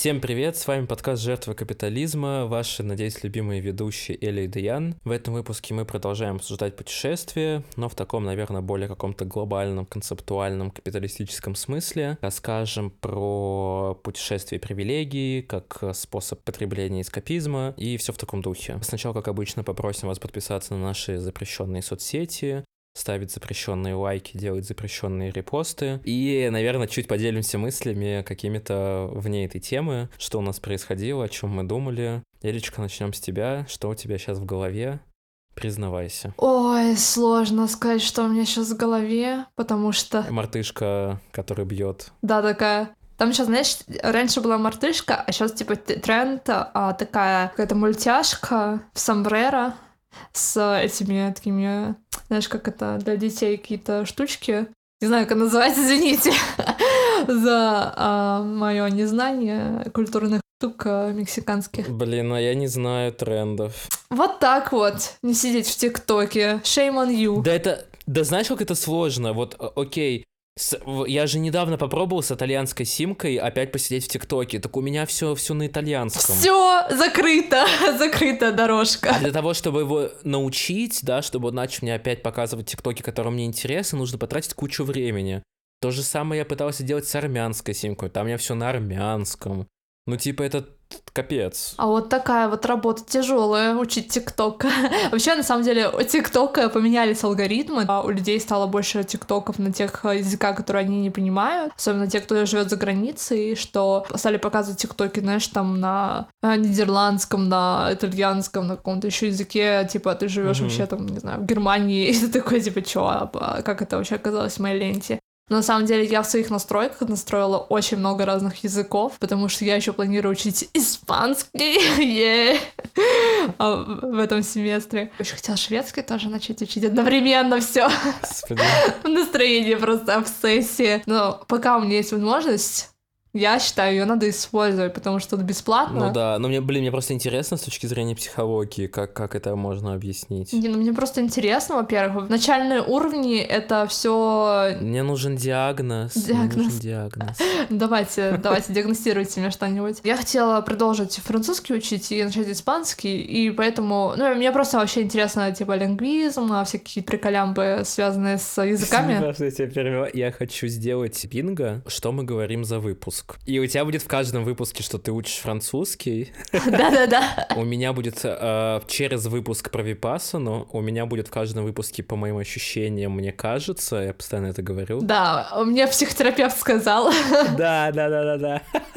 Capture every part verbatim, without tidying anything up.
Всем привет, с вами подкаст «Жертвы капитализма», ваши, надеюсь, любимые ведущие Эля и Даян. В этом выпуске мы продолжаем обсуждать путешествия, но в таком, наверное, более каком-то глобальном, концептуальном, капиталистическом смысле. Расскажем про путешествия и привилегии, как способ потребления эскапизма и все в таком духе. Сначала, как обычно, попросим вас подписаться на наши запрещенные соцсети, ставить запрещенные лайки, делать запрещенные репосты. И, наверное, чуть поделимся мыслями какими-то вне этой темы, что у нас происходило, о чем мы думали. Элечка, начнем с тебя. Что у тебя сейчас в голове? Признавайся. Ой, сложно сказать, что у меня сейчас в голове, потому что... Мартышка, которая бьет. Да, такая... Там сейчас, знаешь, раньше была мартышка, а сейчас, типа, тренд, а, такая какая-то мультяшка в сомбреро с этими такими, знаешь, как это, для детей какие-то штучки. Не знаю, как называется, извините за а, мое незнание культурных штук а, мексиканских. Блин, а я не знаю трендов. Вот так вот, не сидеть в ТикТоке. Shame on you. Да это... Да знаешь, как это сложно? Вот, окей... С, я же недавно попробовал с итальянской симкой опять посидеть в ТикТоке. Так у меня все, все на итальянском. Все закрыто, закрыта дорожка. А для того, чтобы его научить, да, чтобы он начал мне опять показывать ТикТоки, которые мне интересны, нужно потратить кучу времени. То же самое я пытался делать с армянской симкой. Там у меня все на армянском. Ну, типа, это капец. А вот такая вот работа тяжелая, учить ТикТок. Вообще, на самом деле, у ТикТока поменялись алгоритмы, а у людей стало больше ТикТоков на тех языках, которые они не понимают, особенно те, кто живет за границей, что стали показывать ТикТоки, знаешь, там на нидерландском, на итальянском, на каком-то еще языке, типа, ты живешь mm-hmm. вообще там, не знаю, в Германии, и ты такой, типа, чё, как это вообще оказалось в моей ленте? Но на самом деле я в своих настройках настроила очень много разных языков, потому что я еще планирую учить испанский yeah. в этом семестре. Еще хотела шведский тоже начать учить одновременно, все. В настроении просто обсессия. Но пока у меня есть возможность, я считаю, ее надо использовать, потому что это бесплатно. Ну да, но мне, блин, мне просто интересно с точки зрения психологии, как, как это можно объяснить. Не, ну мне просто интересно, во-первых. Начальные уровни — это все. Мне нужен диагноз. Диагноз. Мне нужен диагноз. Давайте, давайте, диагностируйте мне что-нибудь. Я хотела продолжить французский учить и начать испанский, и поэтому... Ну, мне просто вообще интересно, типа, лингвизм, всякие приколямбы, связанные с языками. Я хочу сделать бинго, что мы говорим за выпуск. И у тебя будет в каждом выпуске, что ты учишь французский. Да-да-да. У меня будет э, через выпуск про випассану, у меня будет в каждом выпуске, по моим ощущениям, мне кажется, я постоянно это говорю. Да, мне психотерапевт сказал. Да-да-да-да-да.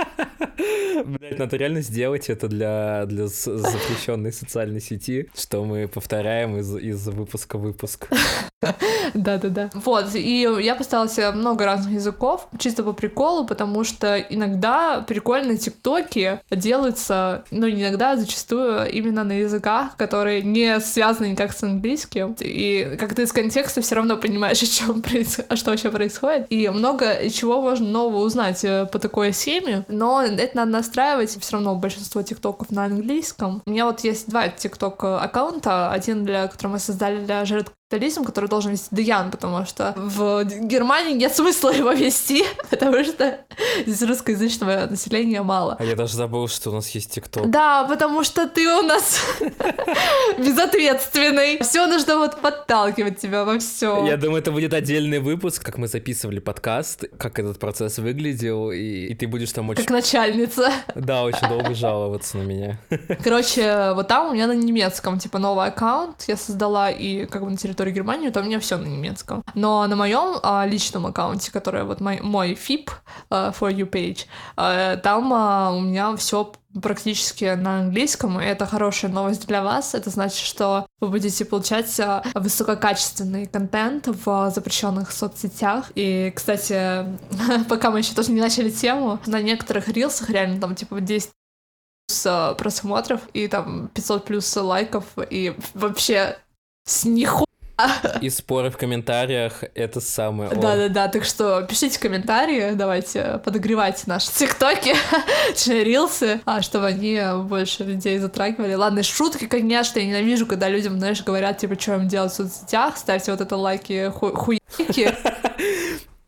Блять, надо реально сделать это для, для запрещенной социальной сети, что мы повторяем из, из выпуска в выпуск. Да-да-да. Вот, и я поставила себе много разных языков, чисто по приколу, потому что иногда прикольные тиктоки делаются, ну, не иногда, а зачастую именно на языках, которые не связаны никак с английским, и как ты из контекста все равно понимаешь, о чем происходит, что вообще происходит, и много чего можно нового узнать по такой схеме, но это надо настраивать, все равно большинство тиктоков на английском. У меня вот есть два тикток аккаунта, один, для который мы создали для жертв капитализма, который должен вести Даян, потому что в Германии нет смысла его вести, потому что здесь русскоязычного населения мало. А я даже забыл, что у нас есть ТикТок. Да, потому что ты у нас безответственный. Все нужно вот подталкивать тебя во все. Я думаю, это будет отдельный выпуск, как мы записывали подкаст, как этот процесс выглядел, и, и ты будешь там очень... Как начальница. Да, очень долго жаловаться на меня. Короче, вот там у меня на немецком, типа, новый аккаунт я создала, и как бы на территории Германии, там у меня все на немецком. Но на моем а, личном аккаунте, который вот мой, мой фип, uh, for you page, uh, там uh, у меня все практически на английском, и это хорошая новость для вас. Это значит, что вы будете получать uh, высококачественный контент в запрещенных соцсетях. И, кстати, пока мы еще тоже не начали тему, на некоторых рилсах реально там типа десять плюс просмотров и там пятьсот плюс лайков, и вообще с нихуя. И споры в комментариях — это самое... Да-да-да, так что пишите комментарии, давайте подогревайте наши тиктоки, рилсы, чтобы они больше людей затрагивали. Ладно, шутки, конечно, я ненавижу, когда людям, знаешь, говорят, типа, что им делать в соцсетях, ставьте вот это лайки ху- хуйки.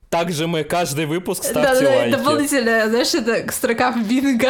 Также мы каждый выпуск ставьте да, лайки. Да, дополнительно, знаешь, это строка в бинго.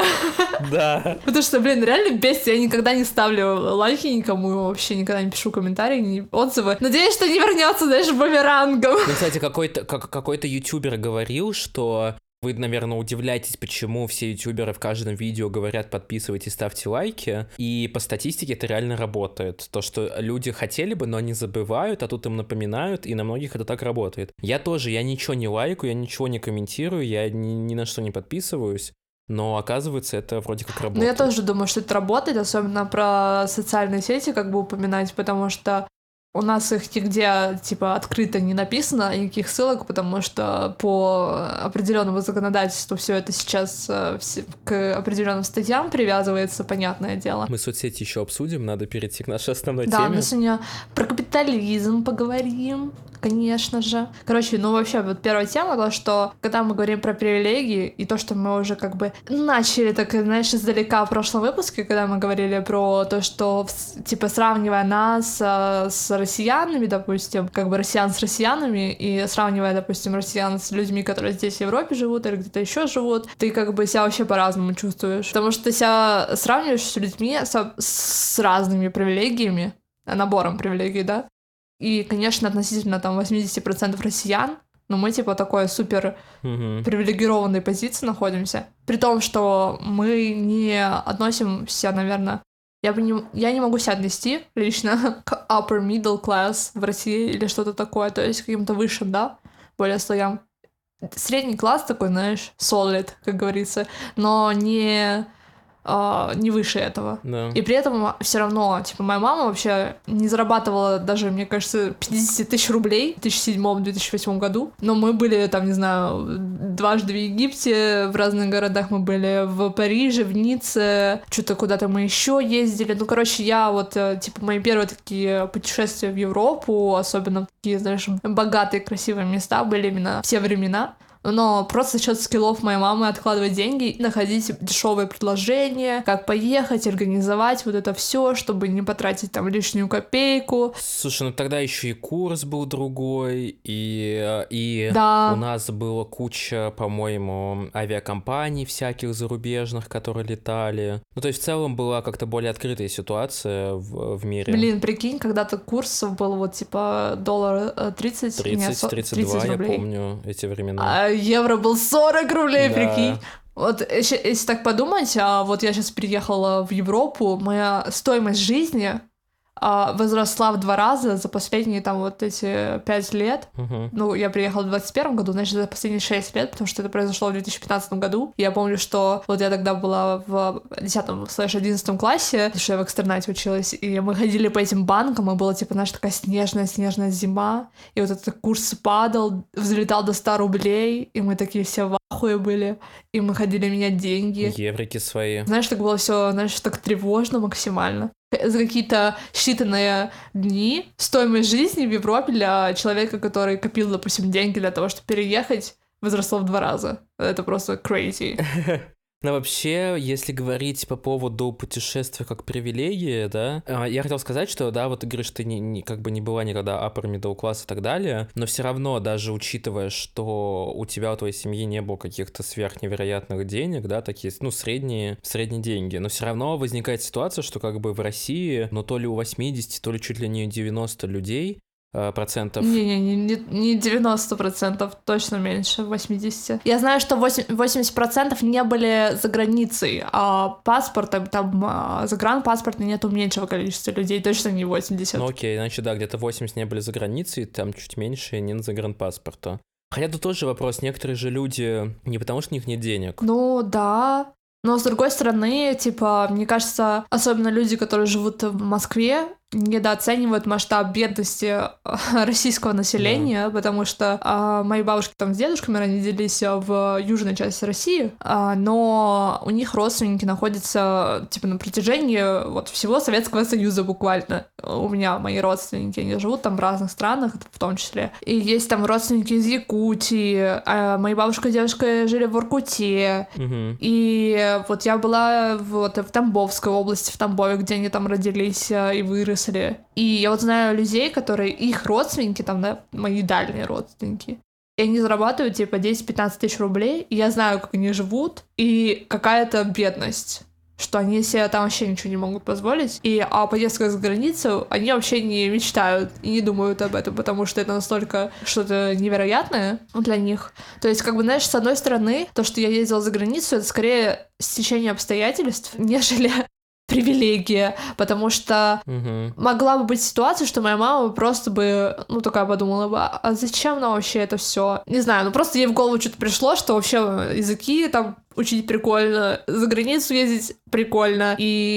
Да. Потому что, блин, реально бесит. Я никогда не ставлю лайки никому, вообще никогда не пишу комментарии, ни отзывы. Надеюсь, что не вернется, знаешь, бумерангом. Ну, кстати, какой-то, как, какой-то ютубер говорил, что вы, наверное, удивляетесь, почему все ютуберы в каждом видео говорят подписывайтесь, ставьте лайки. И по статистике это реально работает. То, что люди хотели бы, но они забывают, а тут им напоминают, и на многих это так работает. Я тоже, я ничего не лайкаю, я ничего не комментирую, я ни, ни на что не подписываюсь. Но оказывается, это вроде как работает. Ну, я тоже думаю, что это работает, особенно про социальные сети как бы упоминать, потому что у нас их нигде, типа, открыто не написано, никаких ссылок, потому что по определенному законодательству все это сейчас э, все, к определенным статьям привязывается, понятное дело. Мы соцсети еще обсудим, надо перейти к нашей основной да, теме. Да, мы сегодня про капитализм поговорим, конечно же. Короче, ну вообще, вот первая тема, то, что когда мы говорим про привилегии, и то, что мы уже как бы начали, так, знаешь, издалека в прошлом выпуске, когда мы говорили про то, что, типа, сравнивая нас с россиянами, допустим, как бы россиян с россиянами, и сравнивая, допустим, россиян с людьми, которые здесь в Европе живут или где-то еще живут, ты как бы себя вообще по-разному чувствуешь. Потому что ты себя сравниваешь с людьми с, с разными привилегиями, набором привилегий, да? И, конечно, относительно там восемьдесят процентов россиян, но мы типа такой супер mm-hmm. привилегированной позиции находимся. При том, что мы не относимся, наверное, я, бы не, я не могу себя отнести лично к upper middle class в России или что-то такое, то есть каким-то высшим, да, более слоям. Средний класс такой, знаешь, solid, как говорится, но не... Uh, не выше этого. Да. И при этом все равно, типа, моя мама вообще не зарабатывала даже, мне кажется, пятьдесят тысяч рублей в две тысячи седьмом - две тысячи восьмом году. Но мы были там, не знаю, дважды в Египте, в разных городах мы были, в Париже, в Ницце, что-то куда-то мы еще ездили. Ну, короче, я вот, типа, мои первые такие путешествия в Европу, особенно такие, знаешь, богатые, красивые места, были именно в те времена. Но просто за счет скиллов моей мамы откладывать деньги, находить дешевые предложения, как поехать, организовать вот это все, чтобы не потратить там лишнюю копейку. Слушай, ну тогда еще и курс был другой, и, и да. у нас была куча, по-моему, авиакомпаний всяких зарубежных, которые летали. Ну то есть в целом была как-то более открытая ситуация в, в мире. Блин, прикинь, когда-то курс был вот типа доллар тридцать, тридцать, тридцать два, я помню эти времена. А евро был сорок рублей, да. Прикинь. Вот если так подумать, а вот я сейчас приехала в Европу, моя стоимость жизни а, возросла в два раза за последние там вот эти пять лет. Uh-huh. Ну, я приехала в двадцать первом году, значит, за последние шесть лет, потому что это произошло в две тысячи пятнадцатом году. Я помню, что вот я тогда была в десятом-одиннадцатом классе, потому что я в экстернате училась, и мы ходили по этим банкам, и была, типа, знаешь, такая снежная-снежная зима, и вот этот курс падал, взлетал до ста рублей, и мы такие все в ахуе были, и мы ходили менять деньги. Еврики свои. Знаешь, так было все, знаешь, так тревожно максимально. За какие-то считанные дни стоимость жизни в Европе для человека, который копил, допустим, деньги для того, чтобы переехать, возросло в два раза. Это просто crazy. Но вообще, если говорить по поводу путешествия как привилегии, да, я хотел сказать, что, да, вот ты говоришь, ты не, не, как бы не была никогда upper middle class и так далее, но все равно, даже учитывая, что у тебя, у твоей семьи не было каких-то сверхневероятных денег, да, такие, ну, средние, средние деньги, но все равно возникает ситуация, что как бы в России, ну, то ли у восемьдесят, то ли чуть ли не девяносто людей, процентов. Не-не-не, не девяносто процентов, точно меньше, восемьдесят. Я знаю, что восемьдесят процентов не были за границей, а паспорта, там, загранпаспорта нету меньшего количества людей, точно не восемьдесят. Ну окей, значит, да, где-то восемьдесят не были за границей, там чуть меньше не на загранпаспорта. Хотя тут тоже вопрос, некоторые же люди не потому, что у них нет денег. Ну да, но с другой стороны, типа, мне кажется, особенно люди, которые живут в Москве, недооценивают масштаб бедности российского населения, да. Потому что а, мои бабушки там с дедушками родились в южной части России, а, но у них родственники находятся типа на протяжении вот всего Советского Союза буквально. У меня мои родственники, они живут там в разных странах, в том числе. И есть там родственники из Якутии, а мои бабушка и дедушка жили в Воркуте. Угу. И вот я была вот в Тамбовской области, в Тамбове, где они там родились и выросли. И я вот знаю людей, которые, их родственники, там, да, мои дальние родственники, и они зарабатывают, типа, десять-пятнадцать тысяч рублей, и я знаю, как они живут, и какая-то бедность, что они себе там вообще ничего не могут позволить, и о поездках за границу они вообще не мечтают и не думают об этом, потому что это настолько что-то невероятное для них. То есть, как бы, знаешь, с одной стороны, то, что я ездила за границу, это скорее стечение обстоятельств, нежели привилегия, потому что Угу. могла бы быть ситуация, что моя мама просто бы, ну, такая подумала бы, а зачем нам вообще это все? Не знаю, ну просто ей в голову что-то пришло, что вообще языки там учить прикольно, за границу ездить прикольно,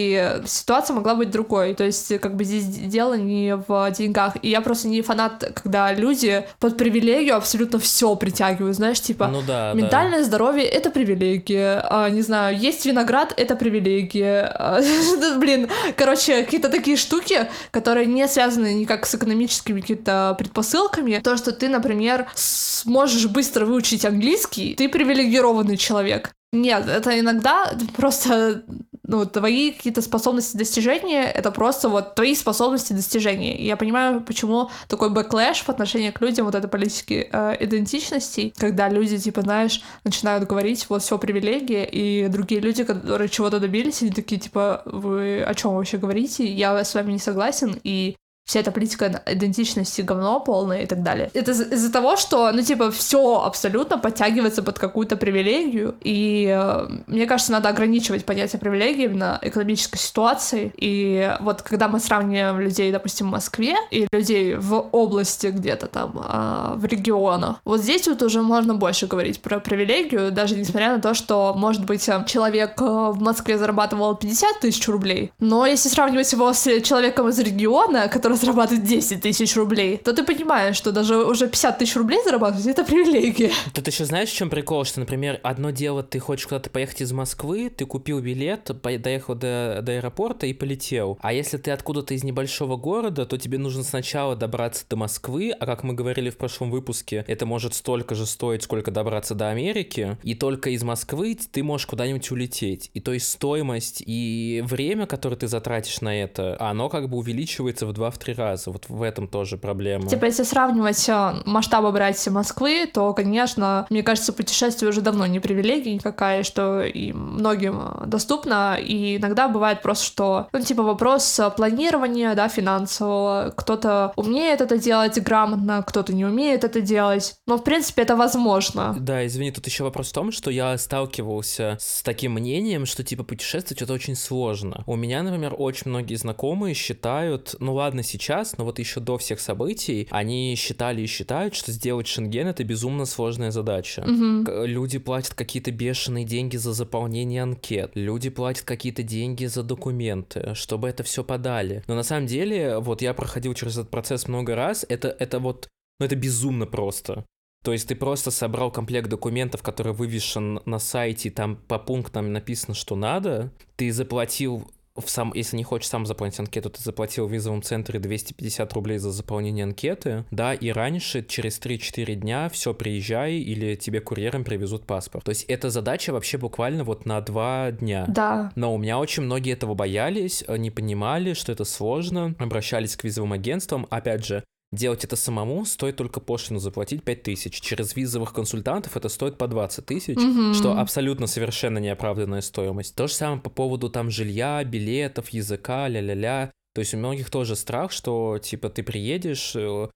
и ситуация могла быть другой, то есть как бы здесь дело не в деньгах, и я просто не фанат, когда люди под привилегию абсолютно все притягивают, знаешь, типа Ну да, ментальное да. здоровье — это привилегия, а, не знаю, есть виноград — это привилегия, а, блин, короче, какие-то такие штуки, которые не связаны никак с экономическими какими-то предпосылками, то, что ты, например, сможешь быстро выучить английский, ты привилегированный человек. Нет, это иногда просто, ну, твои какие-то способности достижения, это просто вот твои способности достижения. И я понимаю, почему такой бэклэш в отношении к людям вот этой политики э, идентичностей, когда люди, типа, знаешь, начинают говорить, вот все привилегии, и другие люди, которые чего-то добились, они такие, типа, вы о чем вообще говорите? Я с вами не согласен, и вся эта политика идентичности говно полное и так далее. Это из- из-за того, что, ну, типа, все абсолютно подтягивается под какую-то привилегию, и э, мне кажется, надо ограничивать понятие привилегии именно экономической ситуации, и вот когда мы сравниваем людей, допустим, в Москве, и людей в области где-то там, э, в регионах, вот здесь вот уже можно больше говорить про привилегию, даже несмотря на то, что, может быть, э, человек э, в Москве зарабатывал пятьдесят тысяч рублей, но если сравнивать его с человеком из региона, который зарабатывает десять тысяч рублей, то ты понимаешь, что даже уже пятьдесят тысяч рублей зарабатывать — это привилегия. Тут еще знаешь, в чем прикол, что, например, одно дело, ты хочешь куда-то поехать из Москвы, ты купил билет, по- доехал до, до аэропорта и полетел. А если ты откуда-то из небольшого города, то тебе нужно сначала добраться до Москвы, а как мы говорили в прошлом выпуске, это может столько же стоить, сколько добраться до Америки, и только из Москвы ты можешь куда-нибудь улететь. И то есть стоимость и время, которое ты затратишь на это, оно как бы увеличивается в два-в три раза. Вот в этом тоже проблема. Типа, если сравнивать э, масштабы брать Москвы, то, конечно, мне кажется, путешествие уже давно не привилегия никакая, что и многим э, доступно, и иногда бывает просто, что, ну, типа, вопрос э, планирования, да, финансового. Кто-то умеет это делать грамотно, кто-то не умеет это делать, но, в принципе, это возможно. Да, извини, тут еще вопрос в том, что я сталкивался с таким мнением, что, типа, путешествовать это очень сложно. У меня, например, очень многие знакомые считают, ну ладно, сейчас, но вот еще до всех событий, они считали и считают, что сделать Шенген — это безумно сложная задача. Мгм. К- Люди платят какие-то бешеные деньги за заполнение анкет, люди платят какие-то деньги за документы, чтобы это все подали. Но на самом деле, вот я проходил через этот процесс много раз, это, это вот, ну это безумно просто. То есть ты просто собрал комплект документов, который вывешен на сайте, и там по пунктам написано, что надо, ты заплатил в сам, если не хочешь сам заполнить анкету, ты заплатил в визовом центре двести пятьдесят рублей за заполнение анкеты, да, и раньше, через три-четыре дня, все, приезжай, или тебе курьером привезут паспорт. То есть эта задача вообще буквально вот на два дня. Да. Но у меня очень многие этого боялись, не понимали, что это сложно, обращались к визовым агентствам, опять же, делать это самому стоит только пошлину заплатить пять тысяч. Через визовых консультантов это стоит по двадцать тысяч, Мгм. что абсолютно совершенно неоправданная стоимость. То же самое по поводу там жилья, билетов, языка, ля-ля-ля. То есть у многих тоже страх, что типа ты приедешь,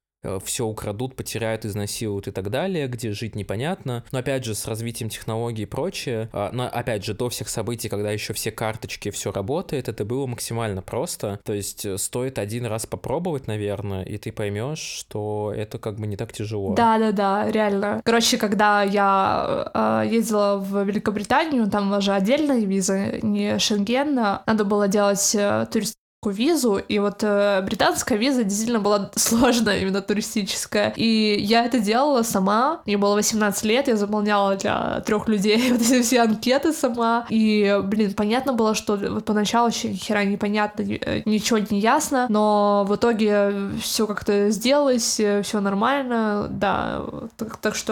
все украдут, потеряют, изнасилуют и так далее, где жить непонятно. Но опять же, с развитием технологий и прочее, а, но опять же, до всех событий, когда еще все карточки, все работает, это было максимально просто. То есть э, стоит один раз попробовать, наверное, и ты поймешь, что это как бы не так тяжело. Да-да-да, реально. Короче, когда я э, ездила в Великобританию, там же отдельная виза, не Шенген, а надо было делать э, туристическую визу, и вот э, британская виза действительно была сложная, именно туристическая. И я это делала сама. Мне было восемнадцать лет, я заполняла для трех людей вот эти все анкеты сама. И, блин, понятно было, что вот поначалу еще ни хера непонятно, ничего не ясно, но в итоге все как-то сделалось, все нормально, да. Так, так что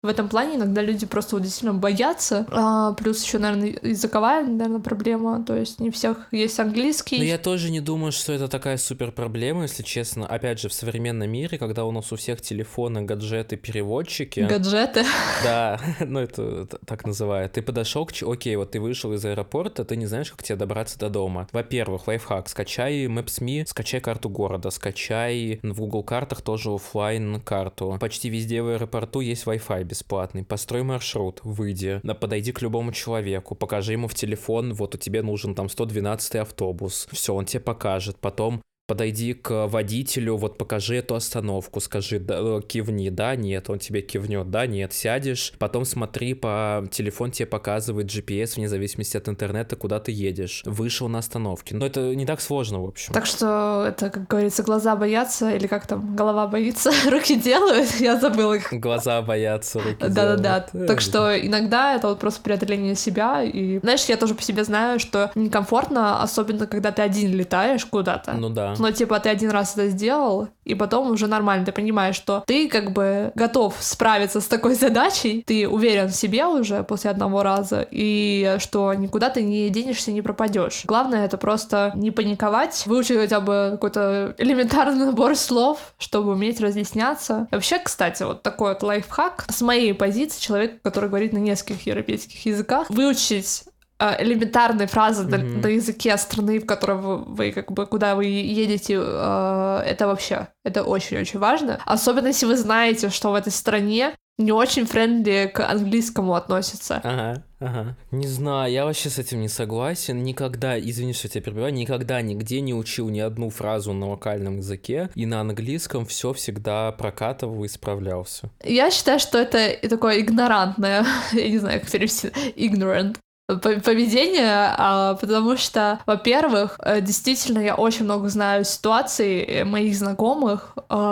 В этом плане иногда люди просто вот действительно боятся. А, плюс еще, наверное, языковая, наверное, проблема. То есть не у всех есть английский. Но я тоже не думаю, что это такая супер проблема, если честно. Опять же, в современном мире, когда у нас у всех телефоны, гаджеты, переводчики. Гаджеты. Да, ну это так называют. Ты подошел к... Окей, вот ты вышел из аэропорта, ты не знаешь, как тебе добраться до дома. Во-первых, лайфхак. Скачай Maps.me, скачай карту города, скачай в Google картах тоже офлайн карту. Почти везде в аэропорту есть Wi-Fi бесплатный. Построй маршрут, выйди, да, подойди к любому человеку, покажи ему в телефон, вот у тебя нужен там сто двенадцатый автобус. Все, он тебе покажет. Потом подойди к водителю, вот покажи эту остановку, скажи, да, кивни, да, нет, он тебе кивнет, да, нет, сядешь, потом смотри, по телефон тебе показывает джи пи эс вне зависимости от интернета, куда ты едешь, вышел на остановке, но это не так сложно, в общем. Так что это, как говорится, глаза боятся, или как там, голова боится, руки делают, я забыла их. Глаза боятся, руки делают. Да-да-да, так что иногда это вот просто преодоление себя, и, знаешь, я тоже по себе знаю, что некомфортно, особенно когда ты один летаешь куда-то. Ну да. Но, типа, ты один раз это сделал, и потом уже нормально, ты понимаешь, что ты, как бы, готов справиться с такой задачей, ты уверен в себе уже после одного раза, и что никуда ты не денешься, не пропадешь. Главное — это просто не паниковать, выучить хотя бы какой-то элементарный набор слов, чтобы уметь разъясняться. И вообще, кстати, вот такой вот лайфхак с моей позиции, человека, который говорит на нескольких европейских языках, выучить элементарные фразы mm-hmm. на, на языке страны, в которой вы, вы как бы куда вы едете, э, это вообще, это очень-очень важно. Особенно если вы знаете, что в этой стране не очень френдли к английскому относятся. Ага, ага. Не знаю, я вообще с этим не согласен. Никогда, извини, что я тебя перебиваю, никогда нигде не учил ни одну фразу на локальном языке, и на английском все всегда прокатывал и справлялся. Я считаю, что это такое игнорантное, я не знаю, как перевести, ignorant поведение, потому что, во-первых, действительно, я очень много знаю ситуаций моих знакомых,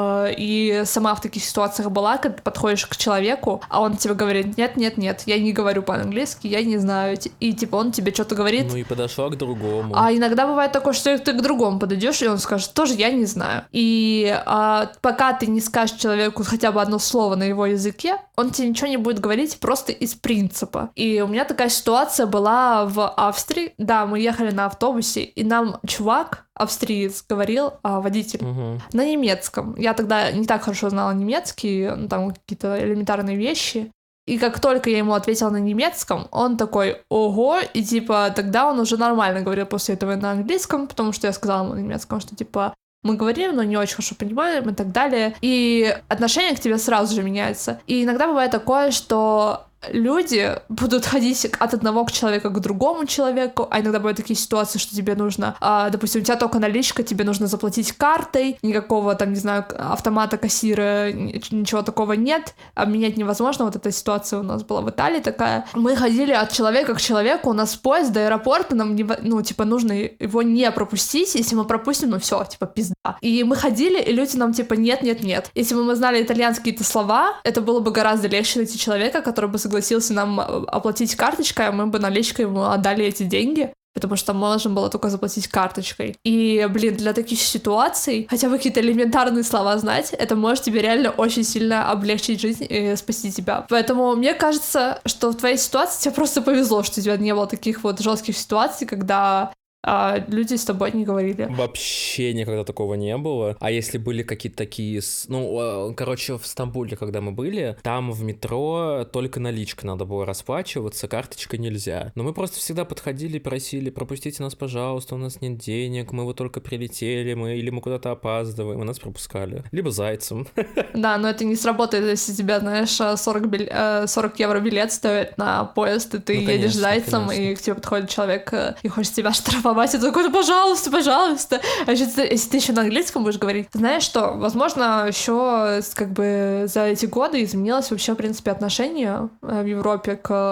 и сама в таких ситуациях была, когда ты подходишь к человеку, а он тебе говорит: нет-нет-нет, я не говорю по-английски, я не знаю, и типа он тебе что-то говорит. Ну и подошла к другому. А иногда бывает такое, что ты к другому подойдешь, и он скажет: тоже я не знаю. И а, пока ты не скажешь человеку хотя бы одно слово на его языке, он тебе ничего не будет говорить просто из принципа. И у меня такая ситуация была в Австрии. Да, мы ехали на автобусе, и нам чувак, австриец, говорил, а, водитель, угу. на немецком. Я тогда не так хорошо знала немецкий, ну, там какие-то элементарные вещи. И как только я ему ответила на немецком, он такой: ого, и типа тогда он уже нормально говорил после этого на английском, потому что я сказала ему на немецком, что типа мы говорим, но не очень хорошо понимаем и так далее. И отношение к тебе сразу же меняется. И иногда бывает такое, что люди будут ходить от одного к человеку к другому человеку, а иногда бывают такие ситуации, что тебе нужно, а, допустим, у тебя только наличка, тебе нужно заплатить картой, никакого там, не знаю, автомата, кассира, ничего такого нет, обменять невозможно. Вот эта ситуация у нас была в Италии такая. Мы ходили от человека к человеку, у нас поезд до аэропорта, нам, не, ну, типа, нужно его не пропустить, если мы пропустим, ну все, типа, пизда. И мы ходили, и люди нам, типа, нет-нет-нет. Если бы мы знали итальянские какие-то слова, это было бы гораздо легче найти человека, который бы согласился согласился нам оплатить карточкой, а мы бы наличкой ему отдали эти деньги, потому что можно было только заплатить карточкой. И, блин, для таких ситуаций хотя бы какие-то элементарные слова знать, это может тебе реально очень сильно облегчить жизнь и спасти тебя. Поэтому мне кажется, что в твоей ситуации тебе просто повезло, что у тебя не было таких вот жестких ситуаций, когда а люди с тобой не говорили. Вообще никогда такого не было. А если были какие-то такие... Ну, короче, в Стамбуле, когда мы были, там в метро только наличкой надо было расплачиваться, карточкой нельзя. Но мы просто всегда подходили и просили: пропустите нас, пожалуйста, у нас нет денег, мы вот только прилетели, мы или мы куда-то опаздываем, и нас пропускали. Либо зайцем. Да, но это не сработает, если тебя, знаешь, сорок, биль... сорок евро билет стоит на поезд, и ты ну, едешь конечно, зайцем, конечно. И к тебе подходит человек и хочет тебя штрафовать. И ты такой: ну, пожалуйста, пожалуйста. А если, если ты еще на английском будешь говорить, знаешь что, возможно, еще как бы за эти годы изменилось вообще, в принципе, отношение в Европе к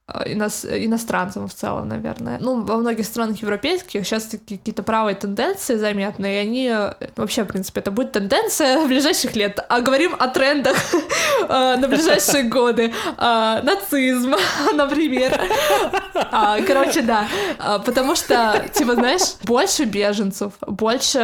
ино- иностранцам в целом, наверное. Ну, во многих странах европейских сейчас такие какие-то правые тенденции заметны, и они вообще, в принципе, это будет тенденция в ближайших лет. А говорим о трендах на ближайшие годы. Нацизм, например. Короче, да. Потому что, типа, знаешь, больше беженцев, больше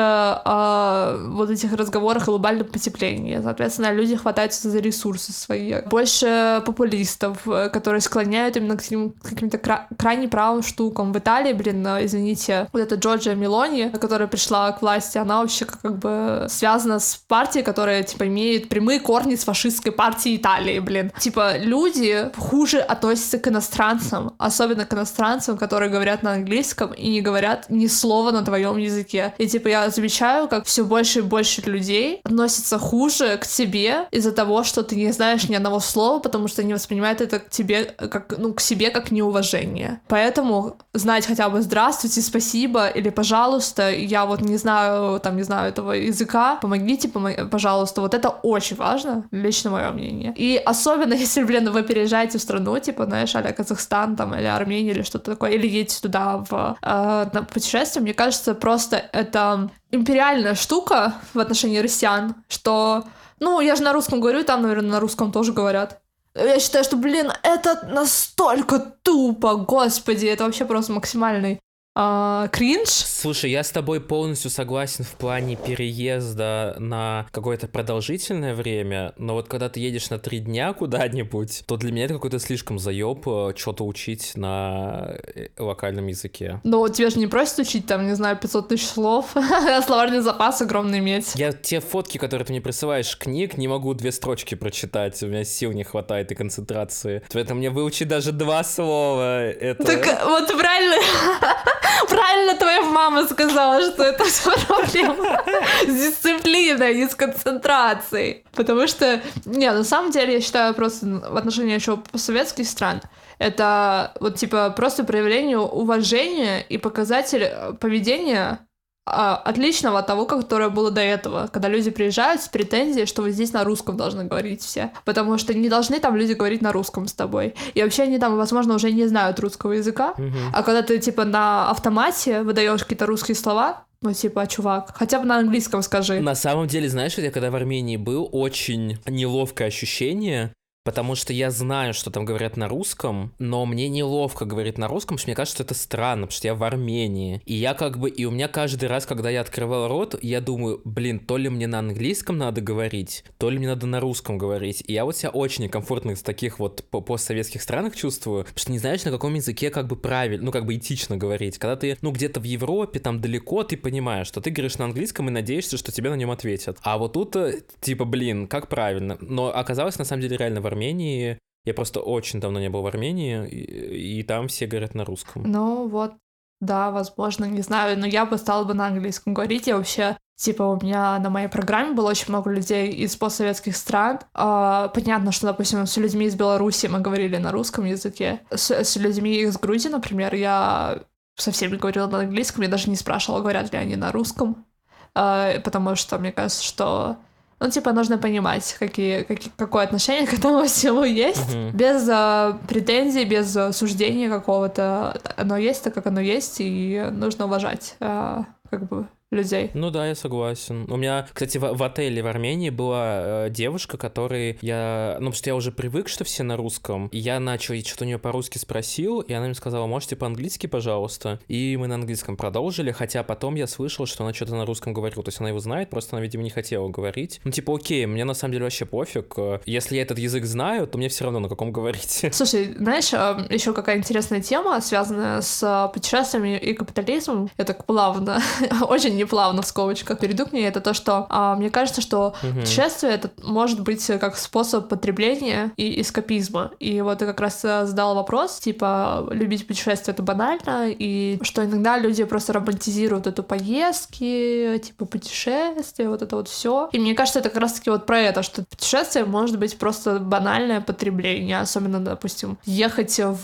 вот этих разговоров о глобальном потеплении. Соответственно, люди хватаются за ресурсы свои. Больше популистов, которые склоняют именно к каким-то кра- крайне правым штукам. В Италии, блин, извините, вот эта Джорджия Мелони, которая пришла к власти, она вообще как бы связана с партией, которая, типа, имеет прямые корни с фашистской партией Италии, блин. Типа, люди хуже относятся к иностранцам, особенно к иностранцам, которые говорят на английском и не говорят ни слова на твоем языке. И, типа, я замечаю, как все больше и больше людей относятся хуже к тебе из-за того, что ты не знаешь ни одного слова, потому что они воспринимают это к тебе, как, ну, к себе как неуважение. Поэтому знать хотя бы «здравствуйте», «спасибо» или «пожалуйста», я вот не знаю, там, не знаю этого языка, помогите, пом- пожалуйста, вот это очень важно, лично мое мнение. И особенно, если, блин, вы переезжаете в страну, типа, знаешь, а-ля Казахстан, там, или Армения, или что-то такое, или едете туда в, э, на путешествие, мне кажется, просто это империальная штука в отношении россиян, что, ну, я же на русском говорю, и там, наверное, на русском тоже говорят. Я считаю, что, блин, это настолько тупо, господи, это вообще просто максимальный а, кринж. Слушай, я с тобой полностью согласен в плане переезда на какое-то продолжительное время, но вот когда ты едешь на три дня куда-нибудь, то для меня это какой-то слишком заеб что-то учить на локальном языке. Но тебе же не просят учить, там, не знаю, пятьсот тысяч слов, словарный запас огромный иметь. Я те фотки, которые ты мне присылаешь книг, не могу две строчки прочитать, у меня сил не хватает и концентрации. Поэтому мне выучить даже два слова. Это... Так вот правильно... Правильно твоя мама сказала, что это все проблема с дисциплиной и с концентрацией. Потому что, не, на самом деле, я считаю просто в отношении еще постсоветских стран, это вот типа просто проявление уважения и показатель поведения а, отличного от того, которое было до этого, когда люди приезжают с претензией, что вы здесь на русском должны говорить все, потому что не должны там люди говорить на русском с тобой, и вообще они там, возможно, уже не знают русского языка, угу. А когда ты, типа, на автомате выдаешь какие-то русские слова, ну, типа, чувак, хотя бы на английском скажи. На самом деле, знаешь, я когда в Армении был, очень неловкое ощущение, потому что я знаю, что там говорят на русском, но мне неловко говорить на русском, потому что мне кажется, что это странно, потому что я в Армении. И я как бы, и у меня каждый раз, когда я открывал рот, я думаю, блин, то ли мне на английском надо говорить, то ли мне надо на русском говорить. И я вот себя очень некомфортно в таких вот постсоветских странах чувствую, потому что не знаешь, на каком языке как бы правильно, ну как бы этично говорить. Когда ты, ну где-то в Европе, там далеко, ты понимаешь, что ты говоришь на английском и надеешься, что тебе на нем ответят. А вот тут, типа, блин, как правильно? Но оказалось, на самом деле, реально в Армении, я просто очень давно не был в Армении, и, и там все говорят на русском. Ну вот, да, возможно, не знаю, но я бы стала бы на английском говорить. Я вообще, типа, у меня на моей программе было очень много людей из постсоветских стран. А, понятно, что, допустим, с людьми из Беларуси мы говорили на русском языке. С, с людьми из Грузии, например, я со всеми говорила на английском, я даже не спрашивала, говорят ли они на русском, а, потому что мне кажется, что... Ну, типа, нужно понимать, какие, какие, какое отношение к этому всему есть. Uh-huh. Без а, претензий, без а, суждения какого-то. Оно есть так, как оно есть, и нужно уважать, а, как бы, людей. Ну да, я согласен. У меня, кстати, в, в отеле в Армении была э, девушка, которой я... Ну, потому что я уже привык, что все на русском. И я начал, что-то у нее по-русски спросил, и она мне сказала, можете по-английски, пожалуйста? И мы на английском продолжили, хотя потом я слышал, что она что-то на русском говорила. То есть она его знает, просто она, видимо, не хотела говорить. Ну, типа, окей, мне на самом деле вообще пофиг. Если я этот язык знаю, то мне все равно на каком говорить. Слушай, знаешь, еще какая интересная тема, связанная с путешествиями и капитализмом. Я так плавно, очень неплавно в скобочках перейду к ней, это то, что а, мне кажется, что uh-huh. путешествие это может быть как способ потребления и эскапизма. И вот ты как раз задала вопрос, типа, любить путешествие это банально, и что иногда люди просто романтизируют эту поездки, типа путешествия, вот это вот все. И мне кажется, это как раз-таки вот про это, что путешествие может быть просто банальное потребление, особенно, допустим, ехать в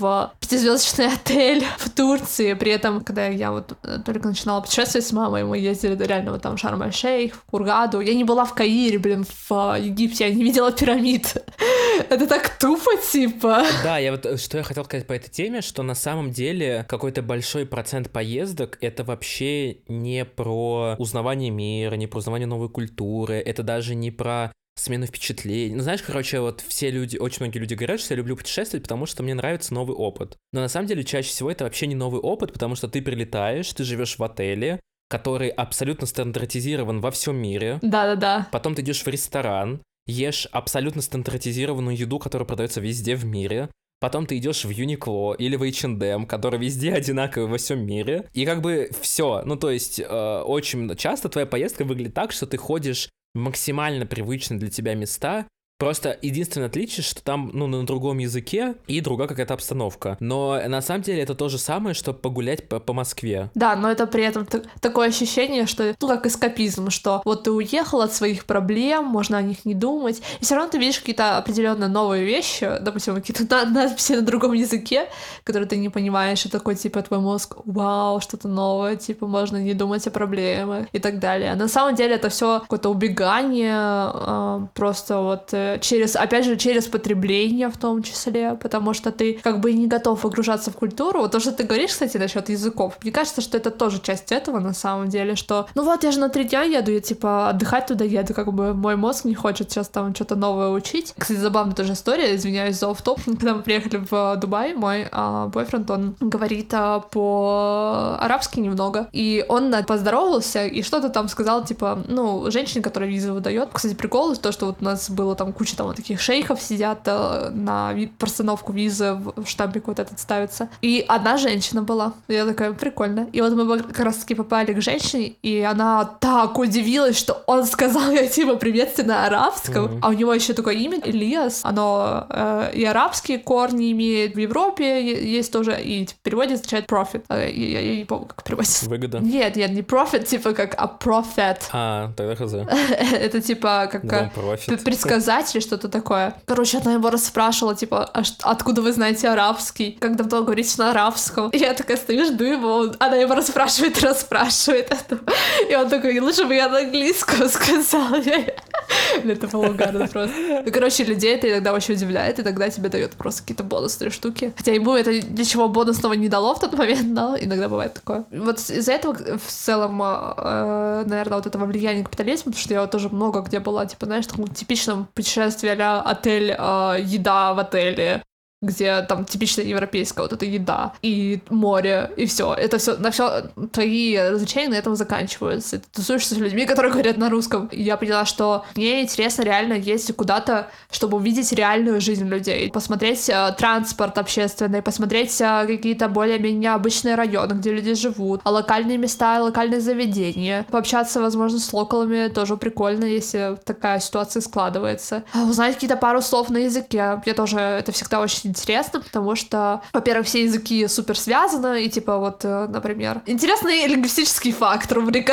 пятизвездочный отель в Турции. При этом, когда я вот только начинала путешествовать с мамой, мы ездили до реально вот там Шарм-эль-Шейх, в Хургаду. Я не была в Каире, блин, в Египте, я не видела пирамид. Это так тупо, типа. Да, я вот, что я хотел сказать по этой теме, что на самом деле какой-то большой процент поездок — это вообще не про узнавание мира, не про узнавание новой культуры, это даже не про смену впечатлений. Ну, знаешь, короче, вот все люди, очень многие люди говорят, что я люблю путешествовать, потому что мне нравится новый опыт. Но на самом деле чаще всего это вообще не новый опыт, потому что ты прилетаешь, ты живешь в отеле, который абсолютно стандартизирован во всем мире. Да-да-да. Потом ты идешь в ресторан, ешь абсолютно стандартизированную еду, которая продается везде в мире. Потом ты идешь в Uniqlo или в эйч энд эм, который везде одинаковый во всем мире. И как бы все. Ну, то есть, э, очень часто твоя поездка выглядит так, что ты ходишь в максимально привычные для тебя места. Просто единственное отличие, что там, ну, на другом языке и другая какая-то обстановка. Но на самом деле это то же самое, что погулять по, по Москве. Да, но это при этом т- такое ощущение, что, ну, как эскапизм, что вот ты уехал от своих проблем, можно о них не думать, и все равно ты видишь какие-то определенно новые вещи, допустим, какие-то на- надписи на другом языке, которые ты не понимаешь, и такой, типа, твой мозг, вау, что-то новое, типа, можно не думать о проблемах и так далее. А на самом деле это все какое-то убегание, э, просто вот... через, опять же, через потребление в том числе, потому что ты как бы не готов погружаться в культуру. Вот то, что ты говоришь, кстати, насчет языков, мне кажется, что это тоже часть этого на самом деле, что, ну вот, я же на три дня еду, я типа отдыхать туда еду, как бы мой мозг не хочет сейчас там что-то новое учить. Кстати, забавная тоже история, извиняюсь за офф-топ. Когда мы приехали в Дубай, мой а, бойфренд, он говорит а, по-арабски немного, и он а, поздоровался и что-то там сказал, типа, ну, женщине, которая визу выдает. Кстати, прикол, то, что вот у нас было там куча там вот таких шейхов сидят э, на ви- постановку визы, в штампик вот этот ставится. И одна женщина была. Я такая, прикольно. И вот мы как раз-таки попали к женщине, и она так удивилась, что он сказал ей типа приветствие на арабском, mm-hmm. а у него еще такое имя Ильяс. Оно э, и арабские корни имеет, в Европе есть тоже, и в переводе означает profit. Э, я, я не помню, как переводится. Выгода? Нет, нет, не profit, типа как а prophet. А, тогда хз. Это типа как предсказатель, что-то такое. Короче, она его расспрашивала, типа, а ш- откуда вы знаете арабский? Как давно говорите на арабском? И я такая стою, жду его, она его расспрашивает и расспрашивает. И он такой, лучше бы я на английском сказала. Это было угарно просто. Ну, короче, людей это иногда очень удивляет, и тогда тебе дает просто какие-то бонусные штуки. Хотя ему это ничего бонусного не дало в тот момент, но иногда бывает такое. Вот из-за этого в целом, э, наверное, вот этого влияния капитализма, потому что я вот тоже много где была, типа, знаешь, в таком типичном путешествии а-ля отель, э, еда в отеле, где там типичная европейская вот эта еда, и море, и все. Это все, на все твои развлечения на этом заканчиваются. Ты тусуешься с людьми, которые говорят на русском. И я поняла, что мне интересно реально ездить куда-то, чтобы увидеть реальную жизнь людей, посмотреть э, транспорт общественный, посмотреть э, какие-то более-менее обычные районы, где люди живут, а локальные места, локальные заведения, пообщаться, возможно, с локалами тоже прикольно, если такая ситуация складывается. Узнать какие-то пару слов на языке. Мне тоже это всегда очень интересно, потому что, во-первых, все языки супер связаны, и типа вот, например, интересный лингвистический факт, рубрика.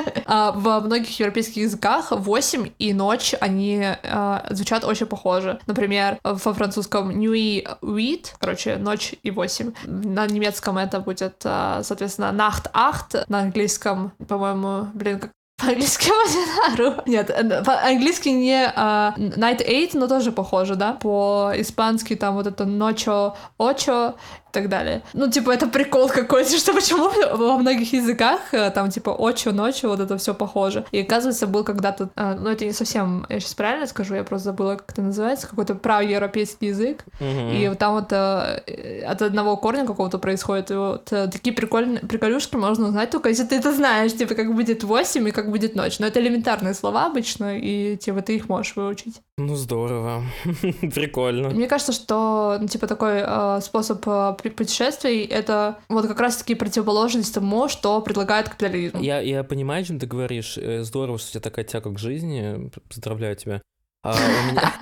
Во многих европейских языках восемь и ночь, они звучат очень похоже. Например, во французском nuit, huit, короче, ночь и восемь. На немецком это будет, соответственно, nacht acht, на английском, по-моему, блин, как по-английски Мадинару. Нет, по-английски не uh, night eight, но тоже похоже, да? По-испански там вот это ночо, очо и так далее. Ну, типа, это прикол какой-то, что почему во многих языках там, типа, очо, ночо, вот это все похоже. И, оказывается, был когда-то, uh, ну, это не совсем, я сейчас правильно скажу, я просто забыла, как это называется, какой-то право-европейский язык. Mm-hmm. И там вот uh, от одного корня какого-то происходит, и вот uh, такие прикольные приколюшки можно узнать только если ты это знаешь, типа, как будет восемь и как будет ночь. Но это элементарные слова обычно, и типа ты их можешь выучить. Ну, здорово. Прикольно. Мне кажется, что, ну, типа, такой э, способ э, путешествий — это вот как раз-таки противоположность тому, что предлагает капитализм. Я, я понимаю, о чем ты говоришь. Здорово, что у тебя такая тяга к жизни. Поздравляю тебя. А у меня...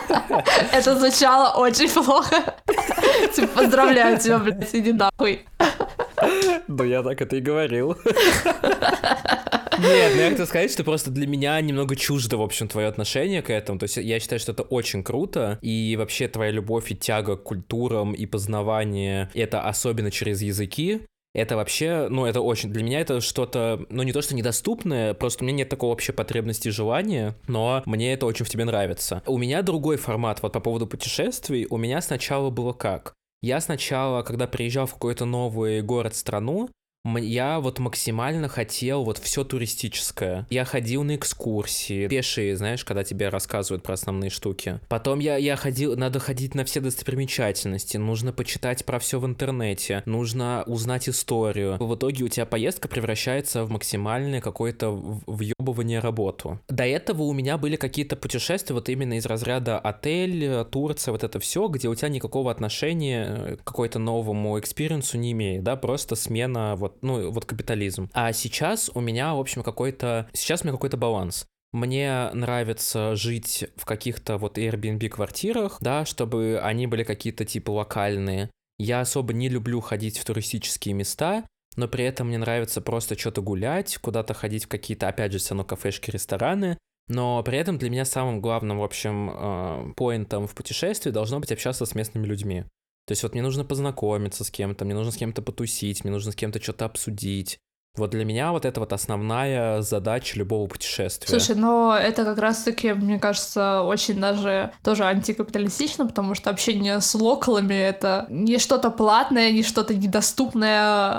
Это звучало очень плохо. Типа, поздравляю тебя, блядь, иди нахуй. Ну, я так это и говорил. Нет, ну я хотел сказать, что просто для меня немного чуждо, в общем, твое отношение к этому. То есть я считаю, что это очень круто, и вообще твоя любовь и тяга к культурам и познавание, это особенно через языки, это вообще, ну, это очень, для меня это что-то, ну, не то, что недоступное, просто у меня нет такого вообще потребности и желания, но мне это очень в тебе нравится. У меня другой формат, вот по поводу путешествий, у меня сначала было как? Я сначала, когда приезжал в какой-то новый город, страну, я вот максимально хотел вот все туристическое. Я ходил на экскурсии, пешие, знаешь, когда тебе рассказывают про основные штуки. Потом я, я ходил, надо ходить на все достопримечательности, нужно почитать про все в интернете, нужно узнать историю. В итоге у тебя поездка превращается в максимальное какое-то въебывание работу. До этого у меня были какие-то путешествия вот именно из разряда отель, Турция, вот это все, где у тебя никакого отношения к какой-то новому экспириенсу не имеет, да, просто смена вот, ну, вот капитализм. А сейчас у меня, в общем, какой-то... Сейчас у меня какой-то баланс. Мне нравится жить в каких-то вот Airbnb-квартирах, да, чтобы они были какие-то типа локальные. Я особо не люблю ходить в туристические места, но при этом мне нравится просто что-то гулять, куда-то ходить в какие-то, опять же, все равно кафешки, рестораны. Но при этом для меня самым главным, в общем, поинтом в путешествии должно быть общаться с местными людьми. То есть вот мне нужно познакомиться с кем-то, мне нужно с кем-то потусить, мне нужно с кем-то что-то обсудить. Вот для меня вот это вот основная задача любого путешествия. Слушай, но это как раз-таки, мне кажется, очень даже тоже антикапиталистично, потому что общение с локалами — это не что-то платное, не что-то недоступное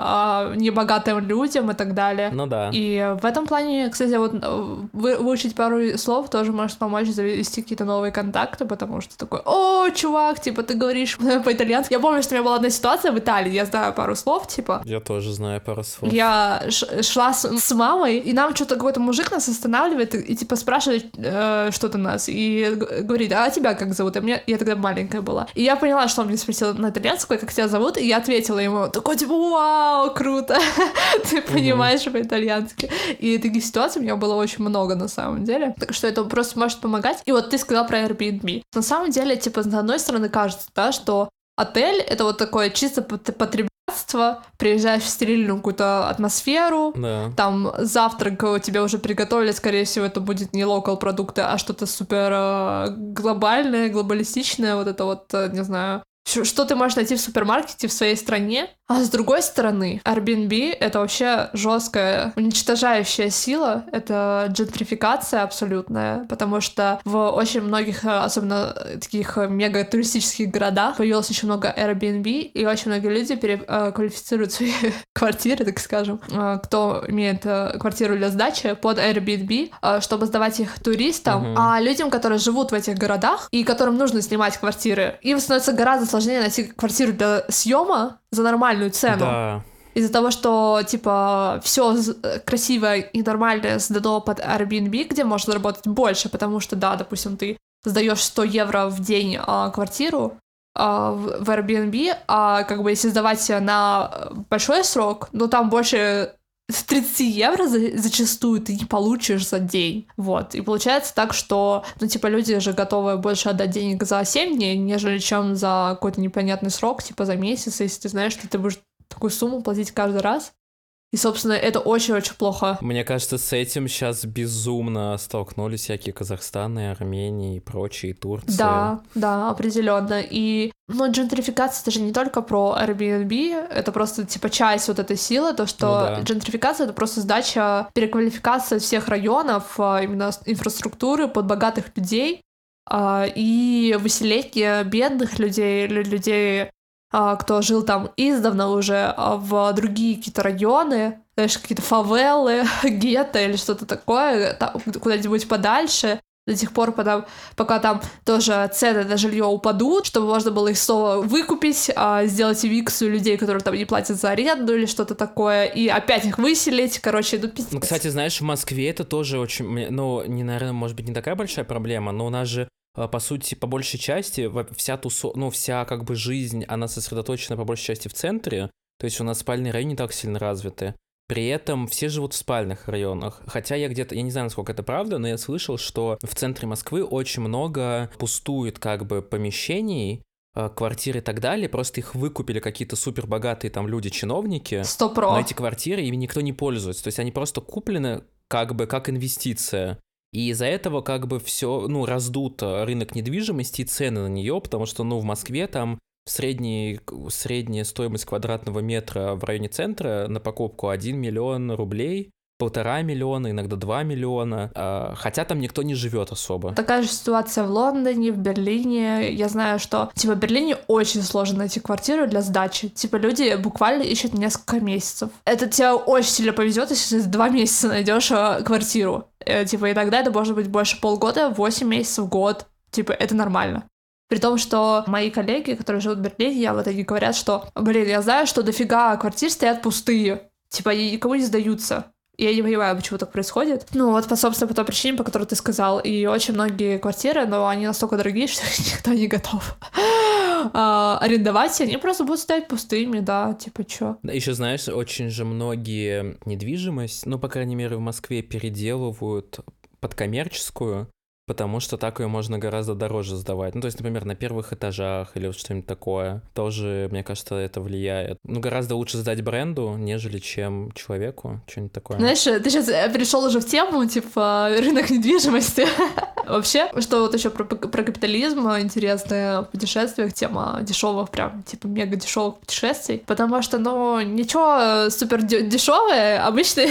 а небогатым людям и так далее. Ну да. И в этом плане, кстати, вот вы, выучить пару слов тоже может помочь завести какие-то новые контакты, потому что такой: о, чувак, типа, ты говоришь по-итальянски. Я помню, что у меня была одна ситуация в Италии, я знаю пару слов, типа. Я тоже знаю пару слов. Я шла с, с мамой, и нам что-то какой-то мужик нас останавливает и, и типа спрашивает э, что-то нас, и говорит: а тебя как зовут? А меня, я тогда маленькая была. И я поняла, что он мне спросил на итальянском, как тебя зовут, и я ответила ему такой типа: вау, круто, ты понимаешь по-итальянски. И таких ситуаций у меня было очень много на самом деле, так что это просто может помогать. И вот ты сказала про Airbnb. На самом деле, типа, с одной стороны кажется, да, что отель — это вот такое чисто потребление, приезжаешь в стерильную какую-то атмосферу, да. Там завтрак тебе уже приготовили, скорее всего, это будет не локал продукты, а что-то супер э, глобальное, глобалистичное, вот это вот, э, не знаю, что ты можешь найти в супермаркете в своей стране. А с другой стороны, Airbnb — это вообще жесткая, уничтожающая сила, это джентрификация абсолютная, потому что в очень многих, особенно таких мега-туристических городах, появилось очень много Airbnb, и очень многие люди переквалифицируют свои квартиры, так скажем, кто имеет квартиру для сдачи, под Airbnb, чтобы сдавать их туристам, uh-huh. а людям, которые живут в этих городах и которым нужно снимать квартиры, им становится гораздо сложнее найти квартиру для съема за нормальную цену. Да. Из-за того, что, типа, все красивое и нормальное сдано под Airbnb, где можно заработать больше, потому что, да, допустим, ты сдаешь сто евро в день а, квартиру а, в, в Airbnb, а как бы если сдавать на большой срок, ну, там больше тридцать евро за, зачастую ты не получишь за день, вот, и получается так, что, ну, типа, люди же готовы больше отдать денег за семь дней, нежели чем за какой-то непонятный срок, типа, за месяц, если ты знаешь, что ты будешь такую сумму платить каждый раз. И, собственно, это очень-очень плохо. Мне кажется, с этим сейчас безумно столкнулись всякие Казахстаны, Армении и прочие, Турции. Да, да, определенно. И, ну, джентрификация — это же не только про Airbnb, это просто, типа, часть вот этой силы, то, что ну, да. Джентрификация — это просто сдача, переквалификация всех районов, именно инфраструктуры под богатых людей, и выселение бедных людей, людей, кто жил там издавна уже в другие какие-то районы, знаешь, какие-то фавелы, гетто или что-то такое, там, куда-нибудь подальше, до тех пор, пока, пока там тоже цены на жилье упадут, чтобы можно было их снова выкупить, сделать эвикцию людей, которые там не платят за аренду или что-то такое, и опять их выселить, короче, ну пиздец. Ну, кстати, знаешь, в Москве это тоже очень, ну, не, наверное, может быть, не такая большая проблема, но у нас же по сути, по большей части, вся тусо... ну, вся как бы жизнь, она сосредоточена по большей части в центре, то есть у нас спальные районы не так сильно развиты. При этом все живут в спальных районах. Хотя я где-то, я не знаю, насколько это правда, но я слышал, что в центре Москвы очень много пустует как бы помещений, квартиры и так далее, просто их выкупили какие-то супербогатые там люди-чиновники. сто про. Но эти квартиры, ими никто не пользуется. То есть они просто куплены как бы как инвестиция. И из-за этого как бы все, ну, раздуто рынок недвижимости и цены на нее, потому что, ну, в Москве там средний, средняя стоимость квадратного метра в районе центра на покупку один миллион рублей, полтора миллиона, иногда два миллиона, хотя там никто не живет особо. Такая же ситуация в Лондоне, в Берлине. Я знаю, что типа в Берлине очень сложно найти квартиру для сдачи. Типа люди буквально ищут несколько месяцев. Это тебе очень сильно повезет, если ты за два месяца найдешь квартиру. Типа иногда это может быть больше полгода, восемь месяцев, год. Типа это нормально. При том, что мои коллеги, которые живут в Берлине, я в итоге говорят, что, блин, я знаю, что дофига квартир стоят пустые. Типа и никому не сдаются. Я не понимаю, почему так происходит. Ну, вот, по, собственно, по той причине, по которой ты сказал. И очень многие квартиры, но они настолько дорогие, что никто не готов а, арендовать, и они просто будут стоять пустыми, да, типа, чё. Еще, знаешь, очень же многие недвижимость, ну, по крайней мере, в Москве переделывают под коммерческую, потому что так ее можно гораздо дороже сдавать. Ну, то есть, например, на первых этажах или вот что-нибудь такое. Тоже, мне кажется, это влияет. Ну, гораздо лучше сдать бренду, нежели чем человеку. Что-нибудь такое. Знаешь, ты сейчас перешел уже в тему, типа, рынок недвижимости. Вообще, что вот еще про, про капитализм интересная в путешествиях, тема дешевых, прям, типа, мега дешевых путешествий. Потому что, ну, ничего супер дешевое обычно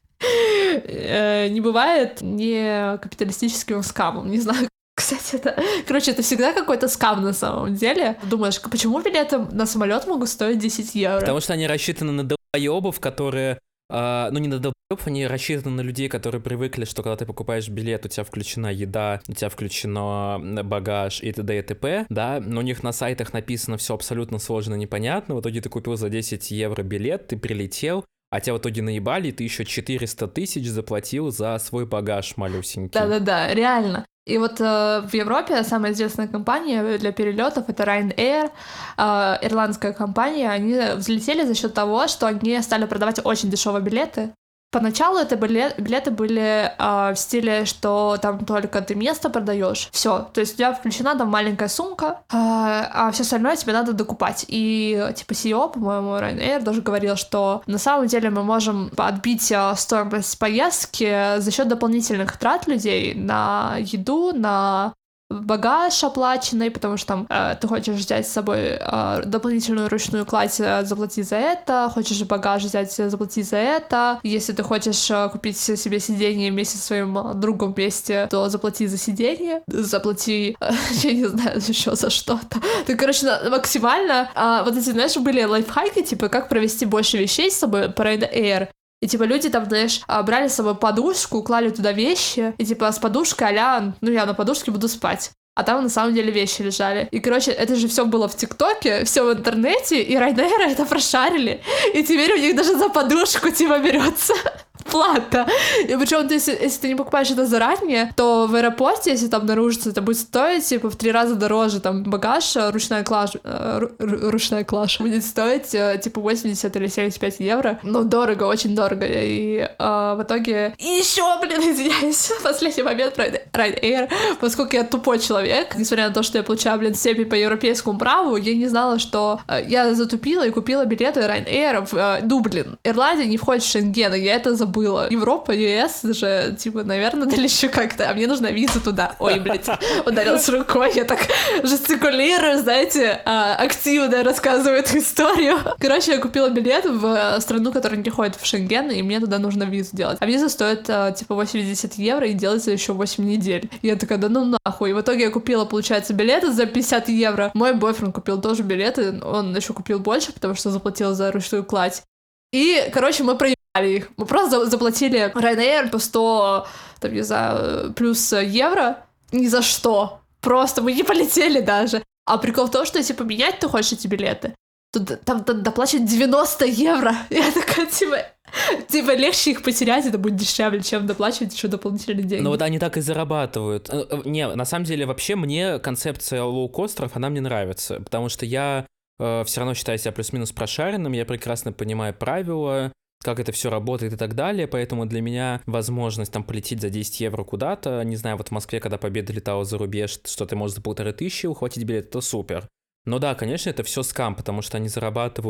не бывает не капиталистическим скамом, не знаю. Кстати, это... Короче, это всегда какой-то скам на самом деле. Думаешь, почему билеты на самолет могут стоить десять евро? Потому что они рассчитаны на долбоебов, которые... Uh, ну, не на долбоебов, они рассчитаны на людей, которые привыкли, что когда ты покупаешь билет, у тебя включена еда, у тебя включено багаж и т.д. и т.п., да, но у них на сайтах написано все абсолютно сложно и непонятно. В итоге ты купил за десять евро билет, ты прилетел, а тебя в итоге наебали, и ты еще четыреста тысяч заплатил за свой багаж малюсенький. Да-да-да, реально. И вот э, в Европе самая известная компания для перелетов это Ryanair, э, ирландская компания. Они взлетели за счет того, что они стали продавать очень дешевые билеты. Поначалу это были, билеты были э, в стиле, что там только ты место продаешь, все, то есть у тебя включена там маленькая сумка, э, а все остальное тебе надо докупать. И типа си и о, по-моему, Ryanair даже говорил, что на самом деле мы можем отбить стоимость поездки за счет дополнительных трат людей на еду, на багаж оплаченный, потому что там э, ты хочешь взять с собой э, дополнительную ручную кладь, э, заплати за это, хочешь багаж взять, заплати за это. Если ты хочешь э, купить себе сиденье вместе со своим другом вместе, то заплати за сиденье, заплати, э, я не знаю, еще за что-то. Ты, короче, на, максимально э, вот эти, знаешь, были лайфхаки, типа, как провести больше вещей с собой по Ryanair. И, типа, люди там, знаешь, брали с собой подушку, клали туда вещи, и, типа, с подушкой а-ля, ну, я на подушке буду спать. А там, на самом деле, вещи лежали. И, короче, это же все было в ТикТоке, все в интернете, и Ryanair это прошарили. И теперь у них даже за подушку, типа, берется плата. И причем, если, если ты не покупаешь это заранее, то в аэропорте, если там обнаружится, это будет стоить, типа, в три раза дороже. Там багаж, ручная клаша, ручная клаша будет стоить, типа, восемьдесят или семьдесят пять евро. Ну, дорого, очень дорого. И э, в итоге... И еще, блин, извиняюсь, последний момент про Ryanair, поскольку я тупой человек, несмотря на то, что я получаю, блин, степень по европейскому праву, я не знала, что э, я затупила и купила билеты Ryanair в э, Дублин. Ирландия не входит в Шенген, и я это забыла. Европа, ю эс же, типа, наверное, дали еще как-то, а мне нужна виза туда. Ой, блядь, ударилась рукой, я так жестикулирую, знаете, активно рассказываю эту историю. Короче, я купила билет в страну, которая не входит в Шенген, и мне туда нужно визу делать. А виза стоит, типа, восемьдесят евро и делается еще восемь недель. И я такая, да ну нахуй. И в итоге я купила, получается, билеты за пятьдесят евро. Мой бойфренд купил тоже билеты, он еще купил больше, потому что заплатил за ручную кладь. И, короче, мы проебали их. Мы просто заплатили Ryanair по сто, там, не знаю, плюс евро ни за что. Просто мы не полетели даже. А прикол в том, что если поменять ты хочешь эти билеты, то там, там доплачивать девяносто евро. Я такая, типа... Типа легче их потерять, это будет дешевле, чем доплачивать еще дополнительные деньги. Ну вот они так и зарабатывают. Не, на самом деле вообще мне концепция лоукостеров, она мне нравится, потому что я э, все равно считаю себя плюс-минус прошаренным, я прекрасно понимаю правила, как это все работает и так далее, поэтому для меня возможность там полететь за десять евро куда-то, не знаю, вот в Москве, когда Победа летала за рубеж, что ты можешь за полторы тысячи ухватить билет, это супер. Но да, конечно, это все скам, потому что они зарабатывают